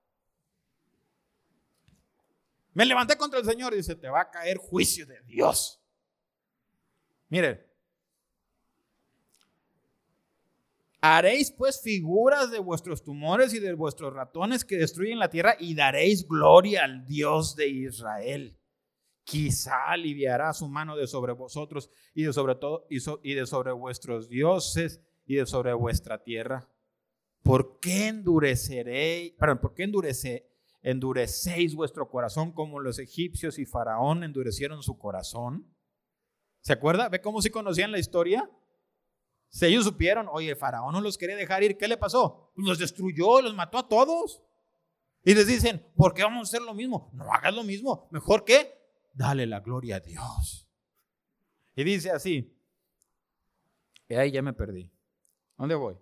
[SPEAKER 1] Me levanté contra el Señor y dice, te va a caer juicio de Dios. Miren, haréis pues figuras de vuestros tumores y de vuestros ratones que destruyen la tierra y daréis gloria al Dios de Israel. Quizá aliviará su mano de sobre vosotros y de sobre todo y de sobre vuestros dioses y de sobre vuestra tierra. ¿Por qué endurecéis vuestro corazón como los egipcios y Faraón endurecieron su corazón? ¿Se acuerda? ¿Ve cómo sí conocían la historia? Si ellos supieron, oye, Faraón no los quería dejar ir, ¿qué le pasó? Pues los destruyó, los mató a todos. Y les dicen, ¿por qué vamos a hacer lo mismo? No hagas lo mismo. ¿Mejor qué? Dale la gloria a Dios. Y dice así, y ahí ya me perdí. ¿Dónde voy?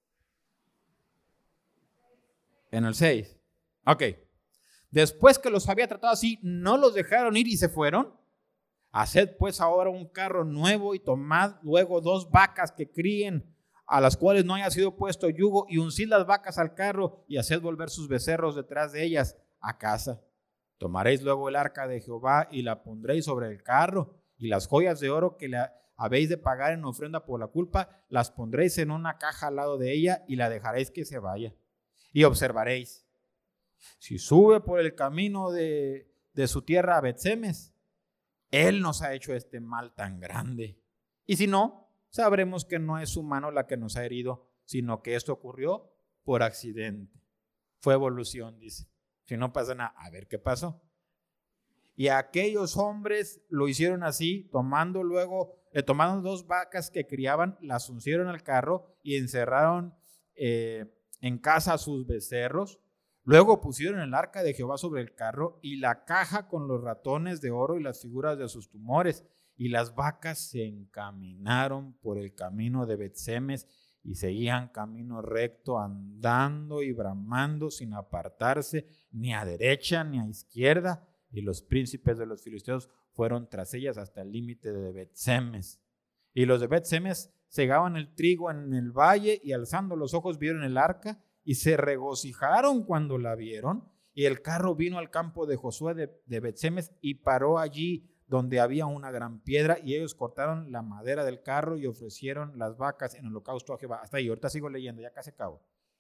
[SPEAKER 1] En el 6. Ok. Después que los había tratado así, no los dejaron ir y se fueron. Haced pues ahora un carro nuevo y tomad luego 2 vacas que críen, a las cuales no haya sido puesto yugo, y uncid las vacas al carro y haced volver sus becerros detrás de ellas a casa. Tomaréis luego el arca de Jehová y la pondréis sobre el carro, y las joyas de oro que le habéis de pagar en ofrenda por la culpa, las pondréis en una caja al lado de ella y la dejaréis que se vaya. Y observaréis, si sube por el camino de su tierra a Bet-Semes, Él nos ha hecho este mal tan grande. Y si no, sabremos que no es su mano la que nos ha herido, sino que esto ocurrió por accidente. Fue evolución, dice. Si no pasa nada, a ver qué pasó. Y aquellos hombres lo hicieron así, tomando 2 vacas que criaban, las uncieron al carro y encerraron en casa a sus becerros. Luego pusieron el arca de Jehová sobre el carro y la caja con los ratones de oro y las figuras de sus tumores. Y las vacas se encaminaron por el camino de Bet-Semes y seguían camino recto, andando y bramando sin apartarse ni a derecha ni a izquierda. Y los príncipes de los filisteos fueron tras ellas hasta el límite de Bet-Semes. Y los de Bet-Semes segaban el trigo en el valle y alzando los ojos vieron el arca y se regocijaron cuando la vieron. Y el carro vino al campo de Josué de Bet-Semes y paró allí donde había una gran piedra, y ellos cortaron la madera del carro y ofrecieron las vacas en holocausto a Jehová. Hasta ahí, ahorita sigo leyendo, ya casi acabo.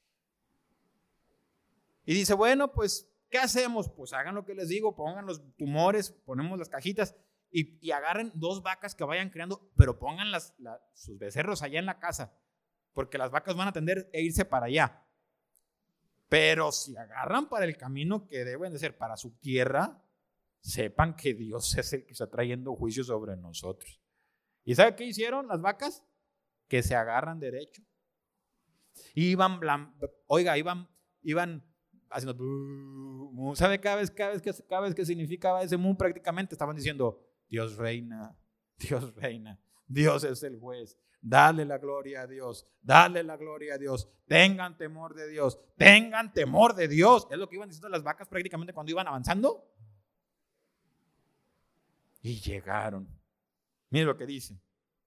[SPEAKER 1] Y dice, bueno, pues, ¿qué hacemos? Pues hagan lo que les digo, pongan los tumores, ponemos las cajitas y agarren 2 vacas que vayan criando, pero pongan sus becerros allá en la casa, porque las vacas van a tender a irse para allá. Pero si agarran para el camino que deben de ser para su tierra, sepan que Dios es el que está trayendo juicio sobre nosotros. ¿Y sabe qué hicieron las vacas? Que se agarran derecho. Iban haciendo, ¿sabe? Cada vez que significaba ese mu, prácticamente estaban diciendo, Dios reina, Dios reina, Dios es el juez. Dale la gloria a Dios, dale la gloria a Dios, tengan temor de Dios, tengan temor de Dios. Es lo que iban diciendo las vacas prácticamente cuando iban avanzando. Y llegaron. Mire lo que dice.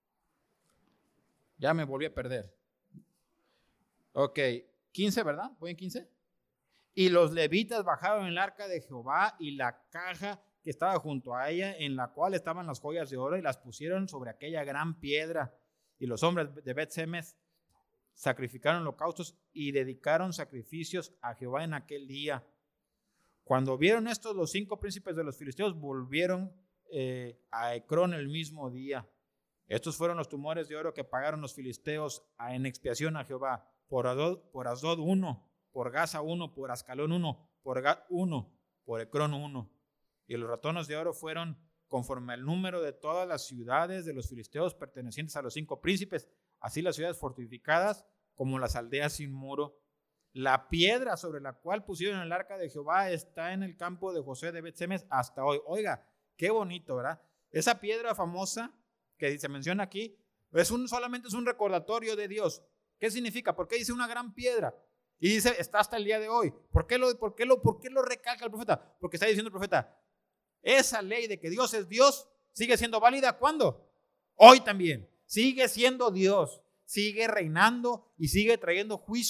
[SPEAKER 1] Ya me volví a perder. Ok, 15, ¿verdad? ¿Voy en 15? Y los levitas bajaron el arca de Jehová y la caja que estaba junto a ella, en la cual estaban las joyas de oro, y las pusieron sobre aquella gran piedra. Y los hombres de Bet-Semes sacrificaron holocaustos y dedicaron sacrificios a Jehová en aquel día. Cuando vieron esto, los 5 príncipes de los filisteos volvieron a Ecrón el mismo día. Estos fueron los tumores de oro que pagaron los filisteos en expiación a Jehová: por Asdod 1, por Gaza 1, por Ascalón 1, por Gat 1, por Ecrón 1. Y los ratones de oro fueron conforme al número de todas las ciudades de los filisteos pertenecientes a los 5 príncipes, así las ciudades fortificadas como las aldeas sin muro. La piedra sobre la cual pusieron el arca de Jehová está en el campo de Josué de Bet-Semes hasta hoy. Oiga, qué bonito, ¿verdad? Esa piedra famosa que se menciona aquí solamente es un recordatorio de Dios. ¿Qué significa? ¿Por qué dice una gran piedra? Y dice, está hasta el día de hoy. ¿Por qué lo recalca el profeta? Porque está diciendo el profeta, esa ley de que Dios es Dios sigue siendo válida. ¿Cuándo? Hoy también. Sigue siendo Dios. Sigue reinando y sigue trayendo juicio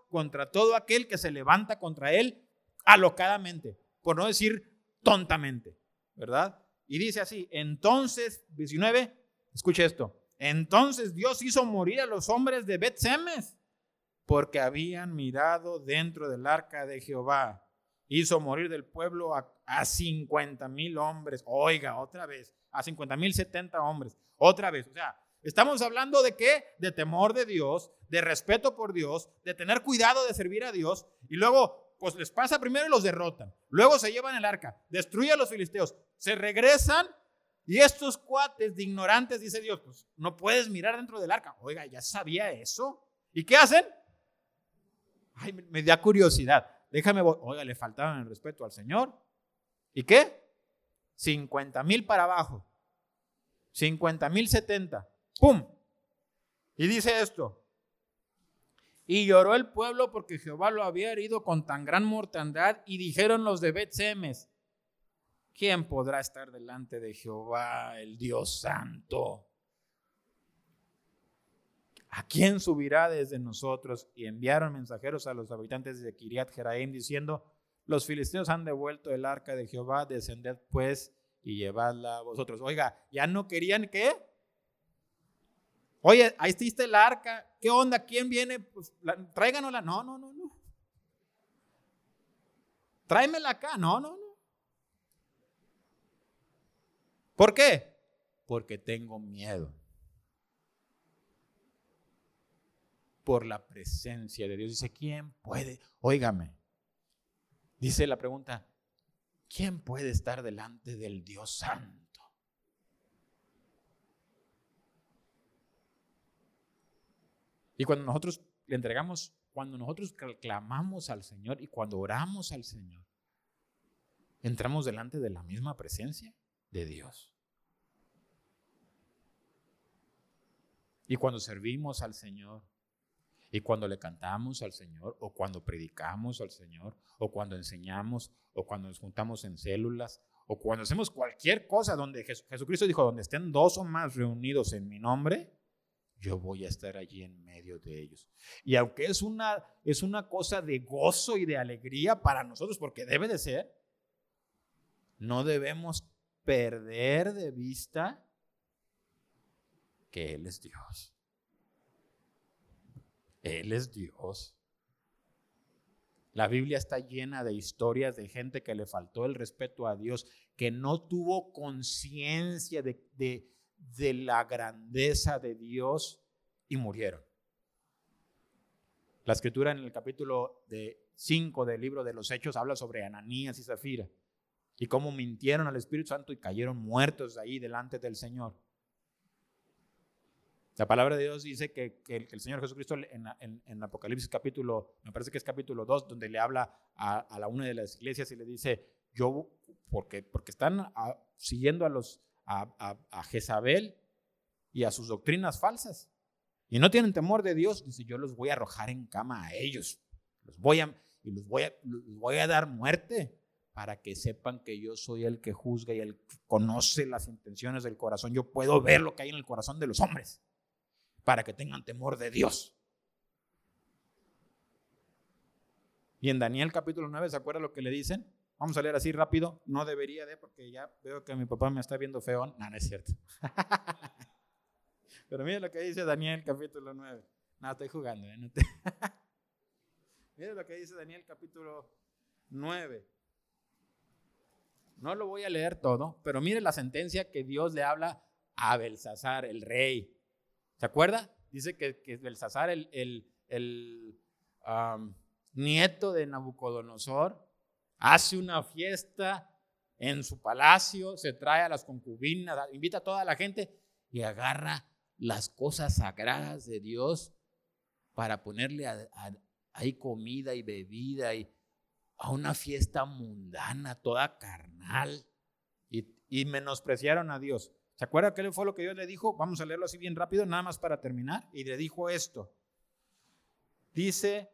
[SPEAKER 1] contra todo aquel que se levanta contra él alocadamente, por no decir tontamente, ¿verdad? Y dice así, entonces, 19, escuche esto, entonces Dios hizo morir a los hombres de Bet-Semes, porque habían mirado dentro del arca de Jehová. Hizo morir del pueblo a 50,000 hombres. Oiga, otra vez, a 50,070 hombres. Otra vez, o sea, estamos hablando de qué? De temor de Dios, de respeto por Dios, de tener cuidado de servir a Dios. Y luego, pues les pasa primero y los derrotan. Luego se llevan el arca, destruye a los filisteos, se regresan. Y estos cuates de ignorantes, dice Dios, pues no puedes mirar dentro del arca. Oiga, ya sabía eso. ¿Y qué hacen? Ay, me da curiosidad. Oiga, le faltaban el respeto al Señor. ¿Y qué? 50,000 para abajo. 50,070. ¡Pum! Y dice esto. Y lloró el pueblo porque Jehová lo había herido con tan gran mortandad. Y dijeron los de Bet-Semes, ¿quién podrá estar delante de Jehová, el Dios santo? ¿A quién subirá desde nosotros? Y enviaron mensajeros a los habitantes de Kiriat Jeraim diciendo, los filisteos han devuelto el arca de Jehová, descended pues y llevadla vosotros. Oiga, ¿ya no querían qué? Oye, ahí está el arca, ¿qué onda? ¿Quién viene? Pues tráiganosla. No. Tráemela acá. No. ¿Por qué? Porque tengo miedo. Por la presencia de Dios. Dice, ¿quién puede? Óigame. Dice la pregunta, ¿quién puede estar delante del Dios Santo? Y cuando nosotros le entregamos, cuando nosotros clamamos al Señor y cuando oramos al Señor, entramos delante de la misma presencia de Dios. Y cuando servimos al Señor, y cuando le cantamos al Señor, o cuando predicamos al Señor, o cuando enseñamos, o cuando nos juntamos en células, o cuando hacemos cualquier cosa donde Jesucristo dijo, donde estén 2 o más reunidos en mi nombre, yo voy a estar allí en medio de ellos. Y aunque es una cosa de gozo y de alegría para nosotros, porque debe de ser, no debemos perder de vista que Él es Dios. Él es Dios. La Biblia está llena de historias de gente que le faltó el respeto a Dios, que no tuvo conciencia de la grandeza de Dios y murieron. La escritura en el capítulo 5 del libro de los Hechos habla sobre Ananías y Zafira y cómo mintieron al Espíritu Santo y cayeron muertos ahí delante del Señor. La palabra de Dios dice que el Señor Jesucristo en Apocalipsis me parece que es capítulo 2, donde le habla a la una de las iglesias y le dice, porque están siguiendo a Jezabel y a sus doctrinas falsas y no tienen temor de Dios, dice, yo los voy a arrojar en cama a ellos, los voy a dar muerte para que sepan que yo soy el que juzga y el que conoce las intenciones del corazón. Yo puedo ver lo que hay en el corazón de los hombres, para que tengan temor de Dios. Y en Daniel capítulo 9, ¿se acuerda lo que le dicen? Vamos a leer así rápido. No debería porque ya veo que mi papá me está viendo feón. No es cierto. Pero mire lo que dice Daniel capítulo 9. No, estoy jugando. Mire lo que dice Daniel capítulo 9. No lo voy a leer todo, pero mire la sentencia que Dios le habla a Belsasar, el rey. ¿Se acuerda? Dice que Belsasar, el nieto de Nabucodonosor, hace una fiesta en su palacio, se trae a las concubinas, invita a toda la gente y agarra las cosas sagradas de Dios para ponerle ahí comida y bebida y a una fiesta mundana, toda carnal, y menospreciaron a Dios. ¿Se acuerda qué fue lo que Dios le dijo? Vamos a leerlo así bien rápido, nada más para terminar. Y le dijo esto. Dice,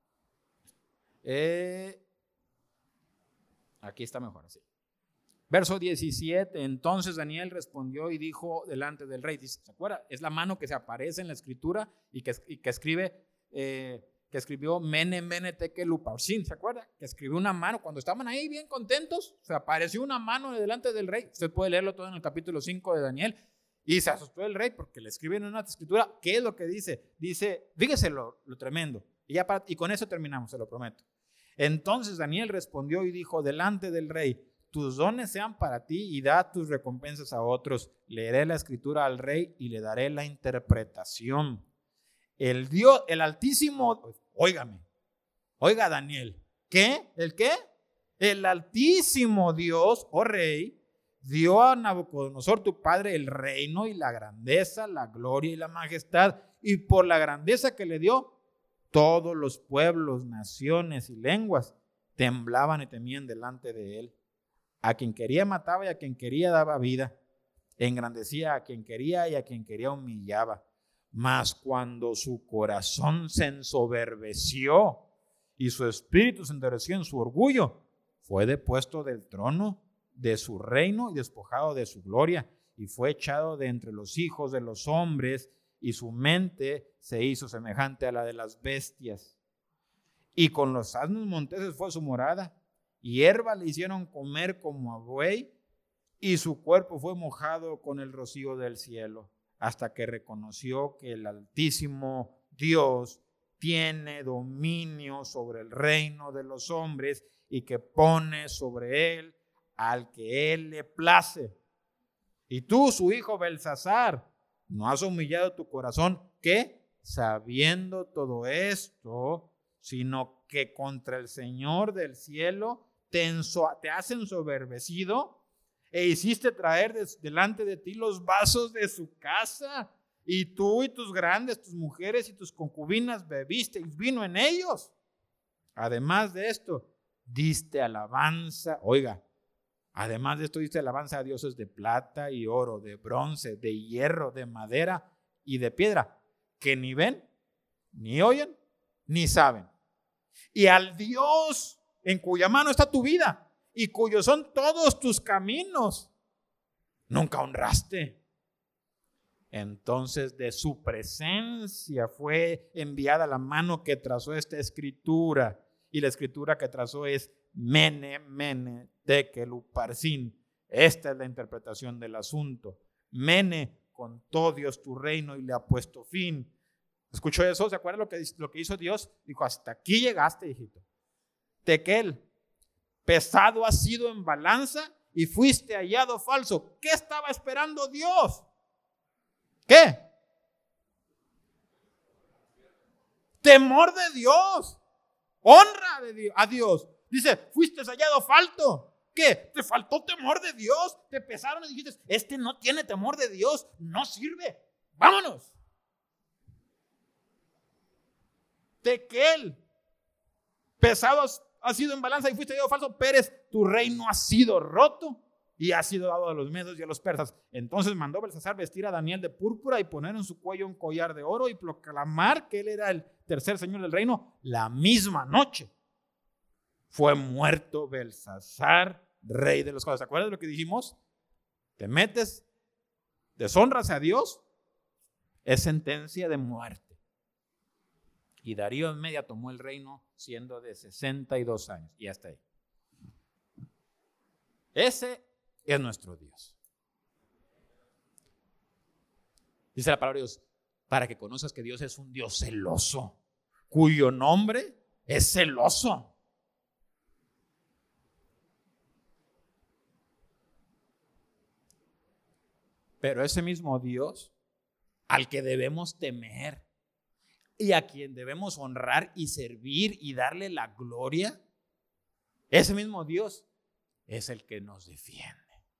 [SPEAKER 1] aquí está mejor así. Verso 17, entonces Daniel respondió y dijo delante del rey. Dice, ¿se acuerda? Es la mano que se aparece en la escritura y que escribe que escribió Mene, Mene, Tekel, Uparsin, ¿se acuerda? Que escribió una mano, cuando estaban ahí bien contentos, se apareció una mano delante del rey. Usted puede leerlo todo en el capítulo 5 de Daniel. Y se asustó el rey porque le escriben en una escritura. ¿Qué es lo que dice? Dice, fíjese lo tremendo. Y con eso terminamos, se lo prometo. Entonces Daniel respondió y dijo, delante del rey, tus dones sean para ti y da tus recompensas a otros. Leeré la escritura al rey y le daré la interpretación. El Dios, el Altísimo, óigame, oiga Daniel, ¿qué? ¿El qué? El Altísimo Dios, oh rey, dio a Nabucodonosor tu padre el reino y la grandeza, la gloria y la majestad, y por la grandeza que le dio, todos los pueblos, naciones y lenguas temblaban y temían delante de él. A quien quería mataba y a quien quería daba vida. Engrandecía a quien quería y a quien quería humillaba. Mas cuando su corazón se ensoberbeció y su espíritu se endureció en su orgullo, fue depuesto del trono de su reino y despojado de su gloria, y fue echado de entre los hijos de los hombres, y su mente se hizo semejante a la de las bestias. Y con los asnos monteses fue su morada, y hierba le hicieron comer como a buey, y su cuerpo fue mojado con el rocío del cielo, hasta que reconoció que el Altísimo Dios tiene dominio sobre el reino de los hombres y que pone sobre él al que él le place. Y tú, su hijo Belsasar, no has humillado tu corazón, ¿qué? Sabiendo todo esto, sino que contra el Señor del cielo te has ensoberbecido e hiciste traer delante de ti los vasos de su casa, y tú y tus grandes, tus mujeres y tus concubinas bebisteis vino en ellos. Además de esto, diste alabanza, oiga, además de esto diste alabanza a dioses de plata y oro, de bronce, de hierro, de madera y de piedra, que ni ven, ni oyen, ni saben. Y al Dios en cuya mano está tu vida y cuyos son todos tus caminos, nunca honraste. Entonces de su presencia fue enviada la mano que trazó esta escritura, y la escritura que trazó es Mene, Mene, Tekel, Uparsin. Esta es la interpretación del asunto. Mene, contó Dios tu reino y le ha puesto fin. ¿Escuchó eso? ¿Se acuerda lo que hizo Dios? Dijo, hasta aquí llegaste, hijito. Tekel, pesado has sido en balanza y fuiste hallado falso. ¿Qué estaba esperando Dios? ¿Qué? Temor de Dios, honra a Dios. Dice, fuiste hallado falto. ¿Qué? ¿Te faltó temor de Dios? ¿Te pesaron y dijiste, este no tiene temor de Dios, no sirve? Vámonos. Tekel, pesado has sido en balanza y fuiste hallado falso. Pérez, tu reino ha sido roto y ha sido dado a los medos y a los persas. Entonces mandó Belsasar vestir a Daniel de púrpura y poner en su cuello un collar de oro y proclamar que él era el tercer señor del reino. La misma noche fue muerto Belsasar, rey de los jueces. ¿Se acuerdan de lo que dijimos? Te metes, deshonras a Dios, es sentencia de muerte. Y Darío en media tomó el reino siendo de 62 años. Y hasta ahí. Ese es nuestro Dios. Dice la palabra de Dios, para que conozcas que Dios es un Dios celoso, cuyo nombre es celoso. Pero ese mismo Dios al que debemos temer y a quien debemos honrar y servir y darle la gloria, ese mismo Dios es el que nos defiende.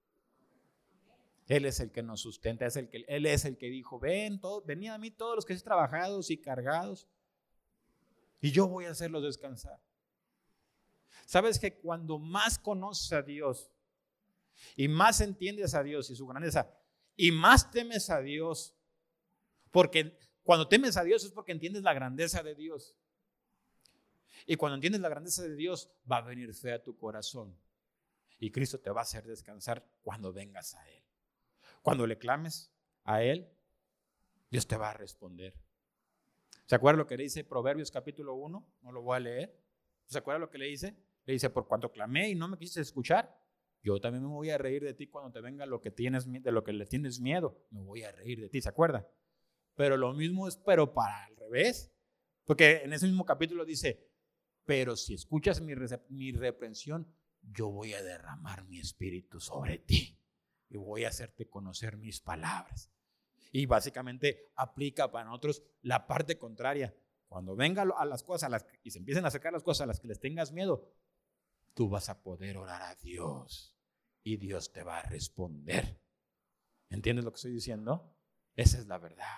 [SPEAKER 1] Él es el que nos sustenta, Él es el que dijo, venid a mí todos los que estéis trabajados y cargados, y yo voy a hacerlos descansar. ¿Sabes que cuando más conoces a Dios y más entiendes a Dios y su grandeza y más temes a Dios? Porque cuando temes a Dios es porque entiendes la grandeza de Dios. Y cuando entiendes la grandeza de Dios, va a venir fe a tu corazón. Y Cristo te va a hacer descansar cuando vengas a Él. Cuando le clames a Él, Dios te va a responder. ¿Se acuerda lo que le dice Proverbios capítulo 1? No lo voy a leer. ¿Se acuerda lo que le dice? Le dice, por cuanto clamé y no me quisiste escuchar, yo también me voy a reír de ti cuando te venga lo que de lo que le tienes miedo. Me voy a reír de ti, ¿se acuerda? Pero lo mismo es, pero para al revés. Porque en ese mismo capítulo dice, pero si escuchas mi reprensión, yo voy a derramar mi espíritu sobre ti y voy a hacerte conocer mis palabras. Y básicamente aplica para nosotros la parte contraria. Cuando venga a las cosas y se empiecen a acercar las cosas a las que les tengas miedo, tú vas a poder orar a Dios y Dios te va a responder. ¿Entiendes lo que estoy diciendo? Esa es la verdad.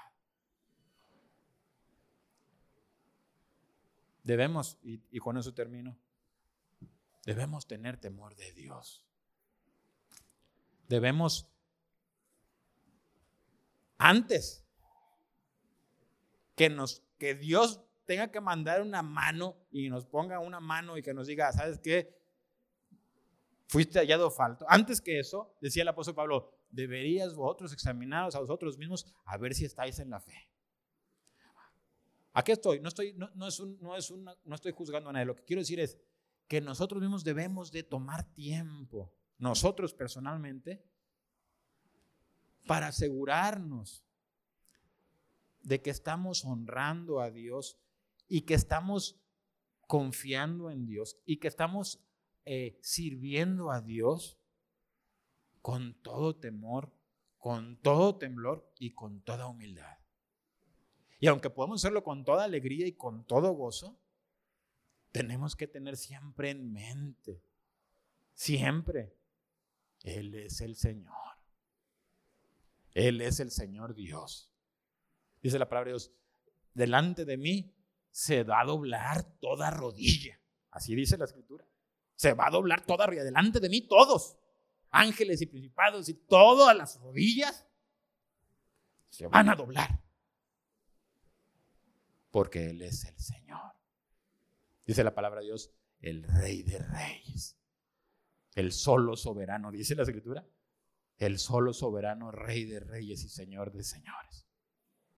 [SPEAKER 1] Debemos, y con eso termino, debemos tener temor de Dios. Debemos, antes que Dios tenga que mandar una mano y nos ponga una mano y que nos diga, ¿sabes qué? Fuiste hallado falto. Antes que eso, decía el apóstol Pablo, deberíais vosotros examinaros a vosotros mismos a ver si estáis en la fe. ¿A qué estoy? No estoy juzgando a nadie. Lo que quiero decir es que nosotros mismos debemos de tomar tiempo, nosotros personalmente, para asegurarnos de que estamos honrando a Dios y que estamos confiando en Dios y que estamos sirviendo a Dios con todo temor, con todo temblor y con toda humildad. Y aunque podamos hacerlo con toda alegría y con todo gozo, tenemos que tener siempre en mente, siempre, Él es el Señor. Él es el Señor Dios. Dice la palabra de Dios, delante de mí se va a doblar toda rodilla. Así dice la Escritura. Se va a doblar toda rodilla. Delante de mí todos, ángeles y principados y todas las rodillas se van a doblar. Porque Él es el Señor. Dice la palabra de Dios, el Rey de Reyes. El solo soberano, dice la Escritura. El solo soberano, Rey de Reyes y Señor de Señores.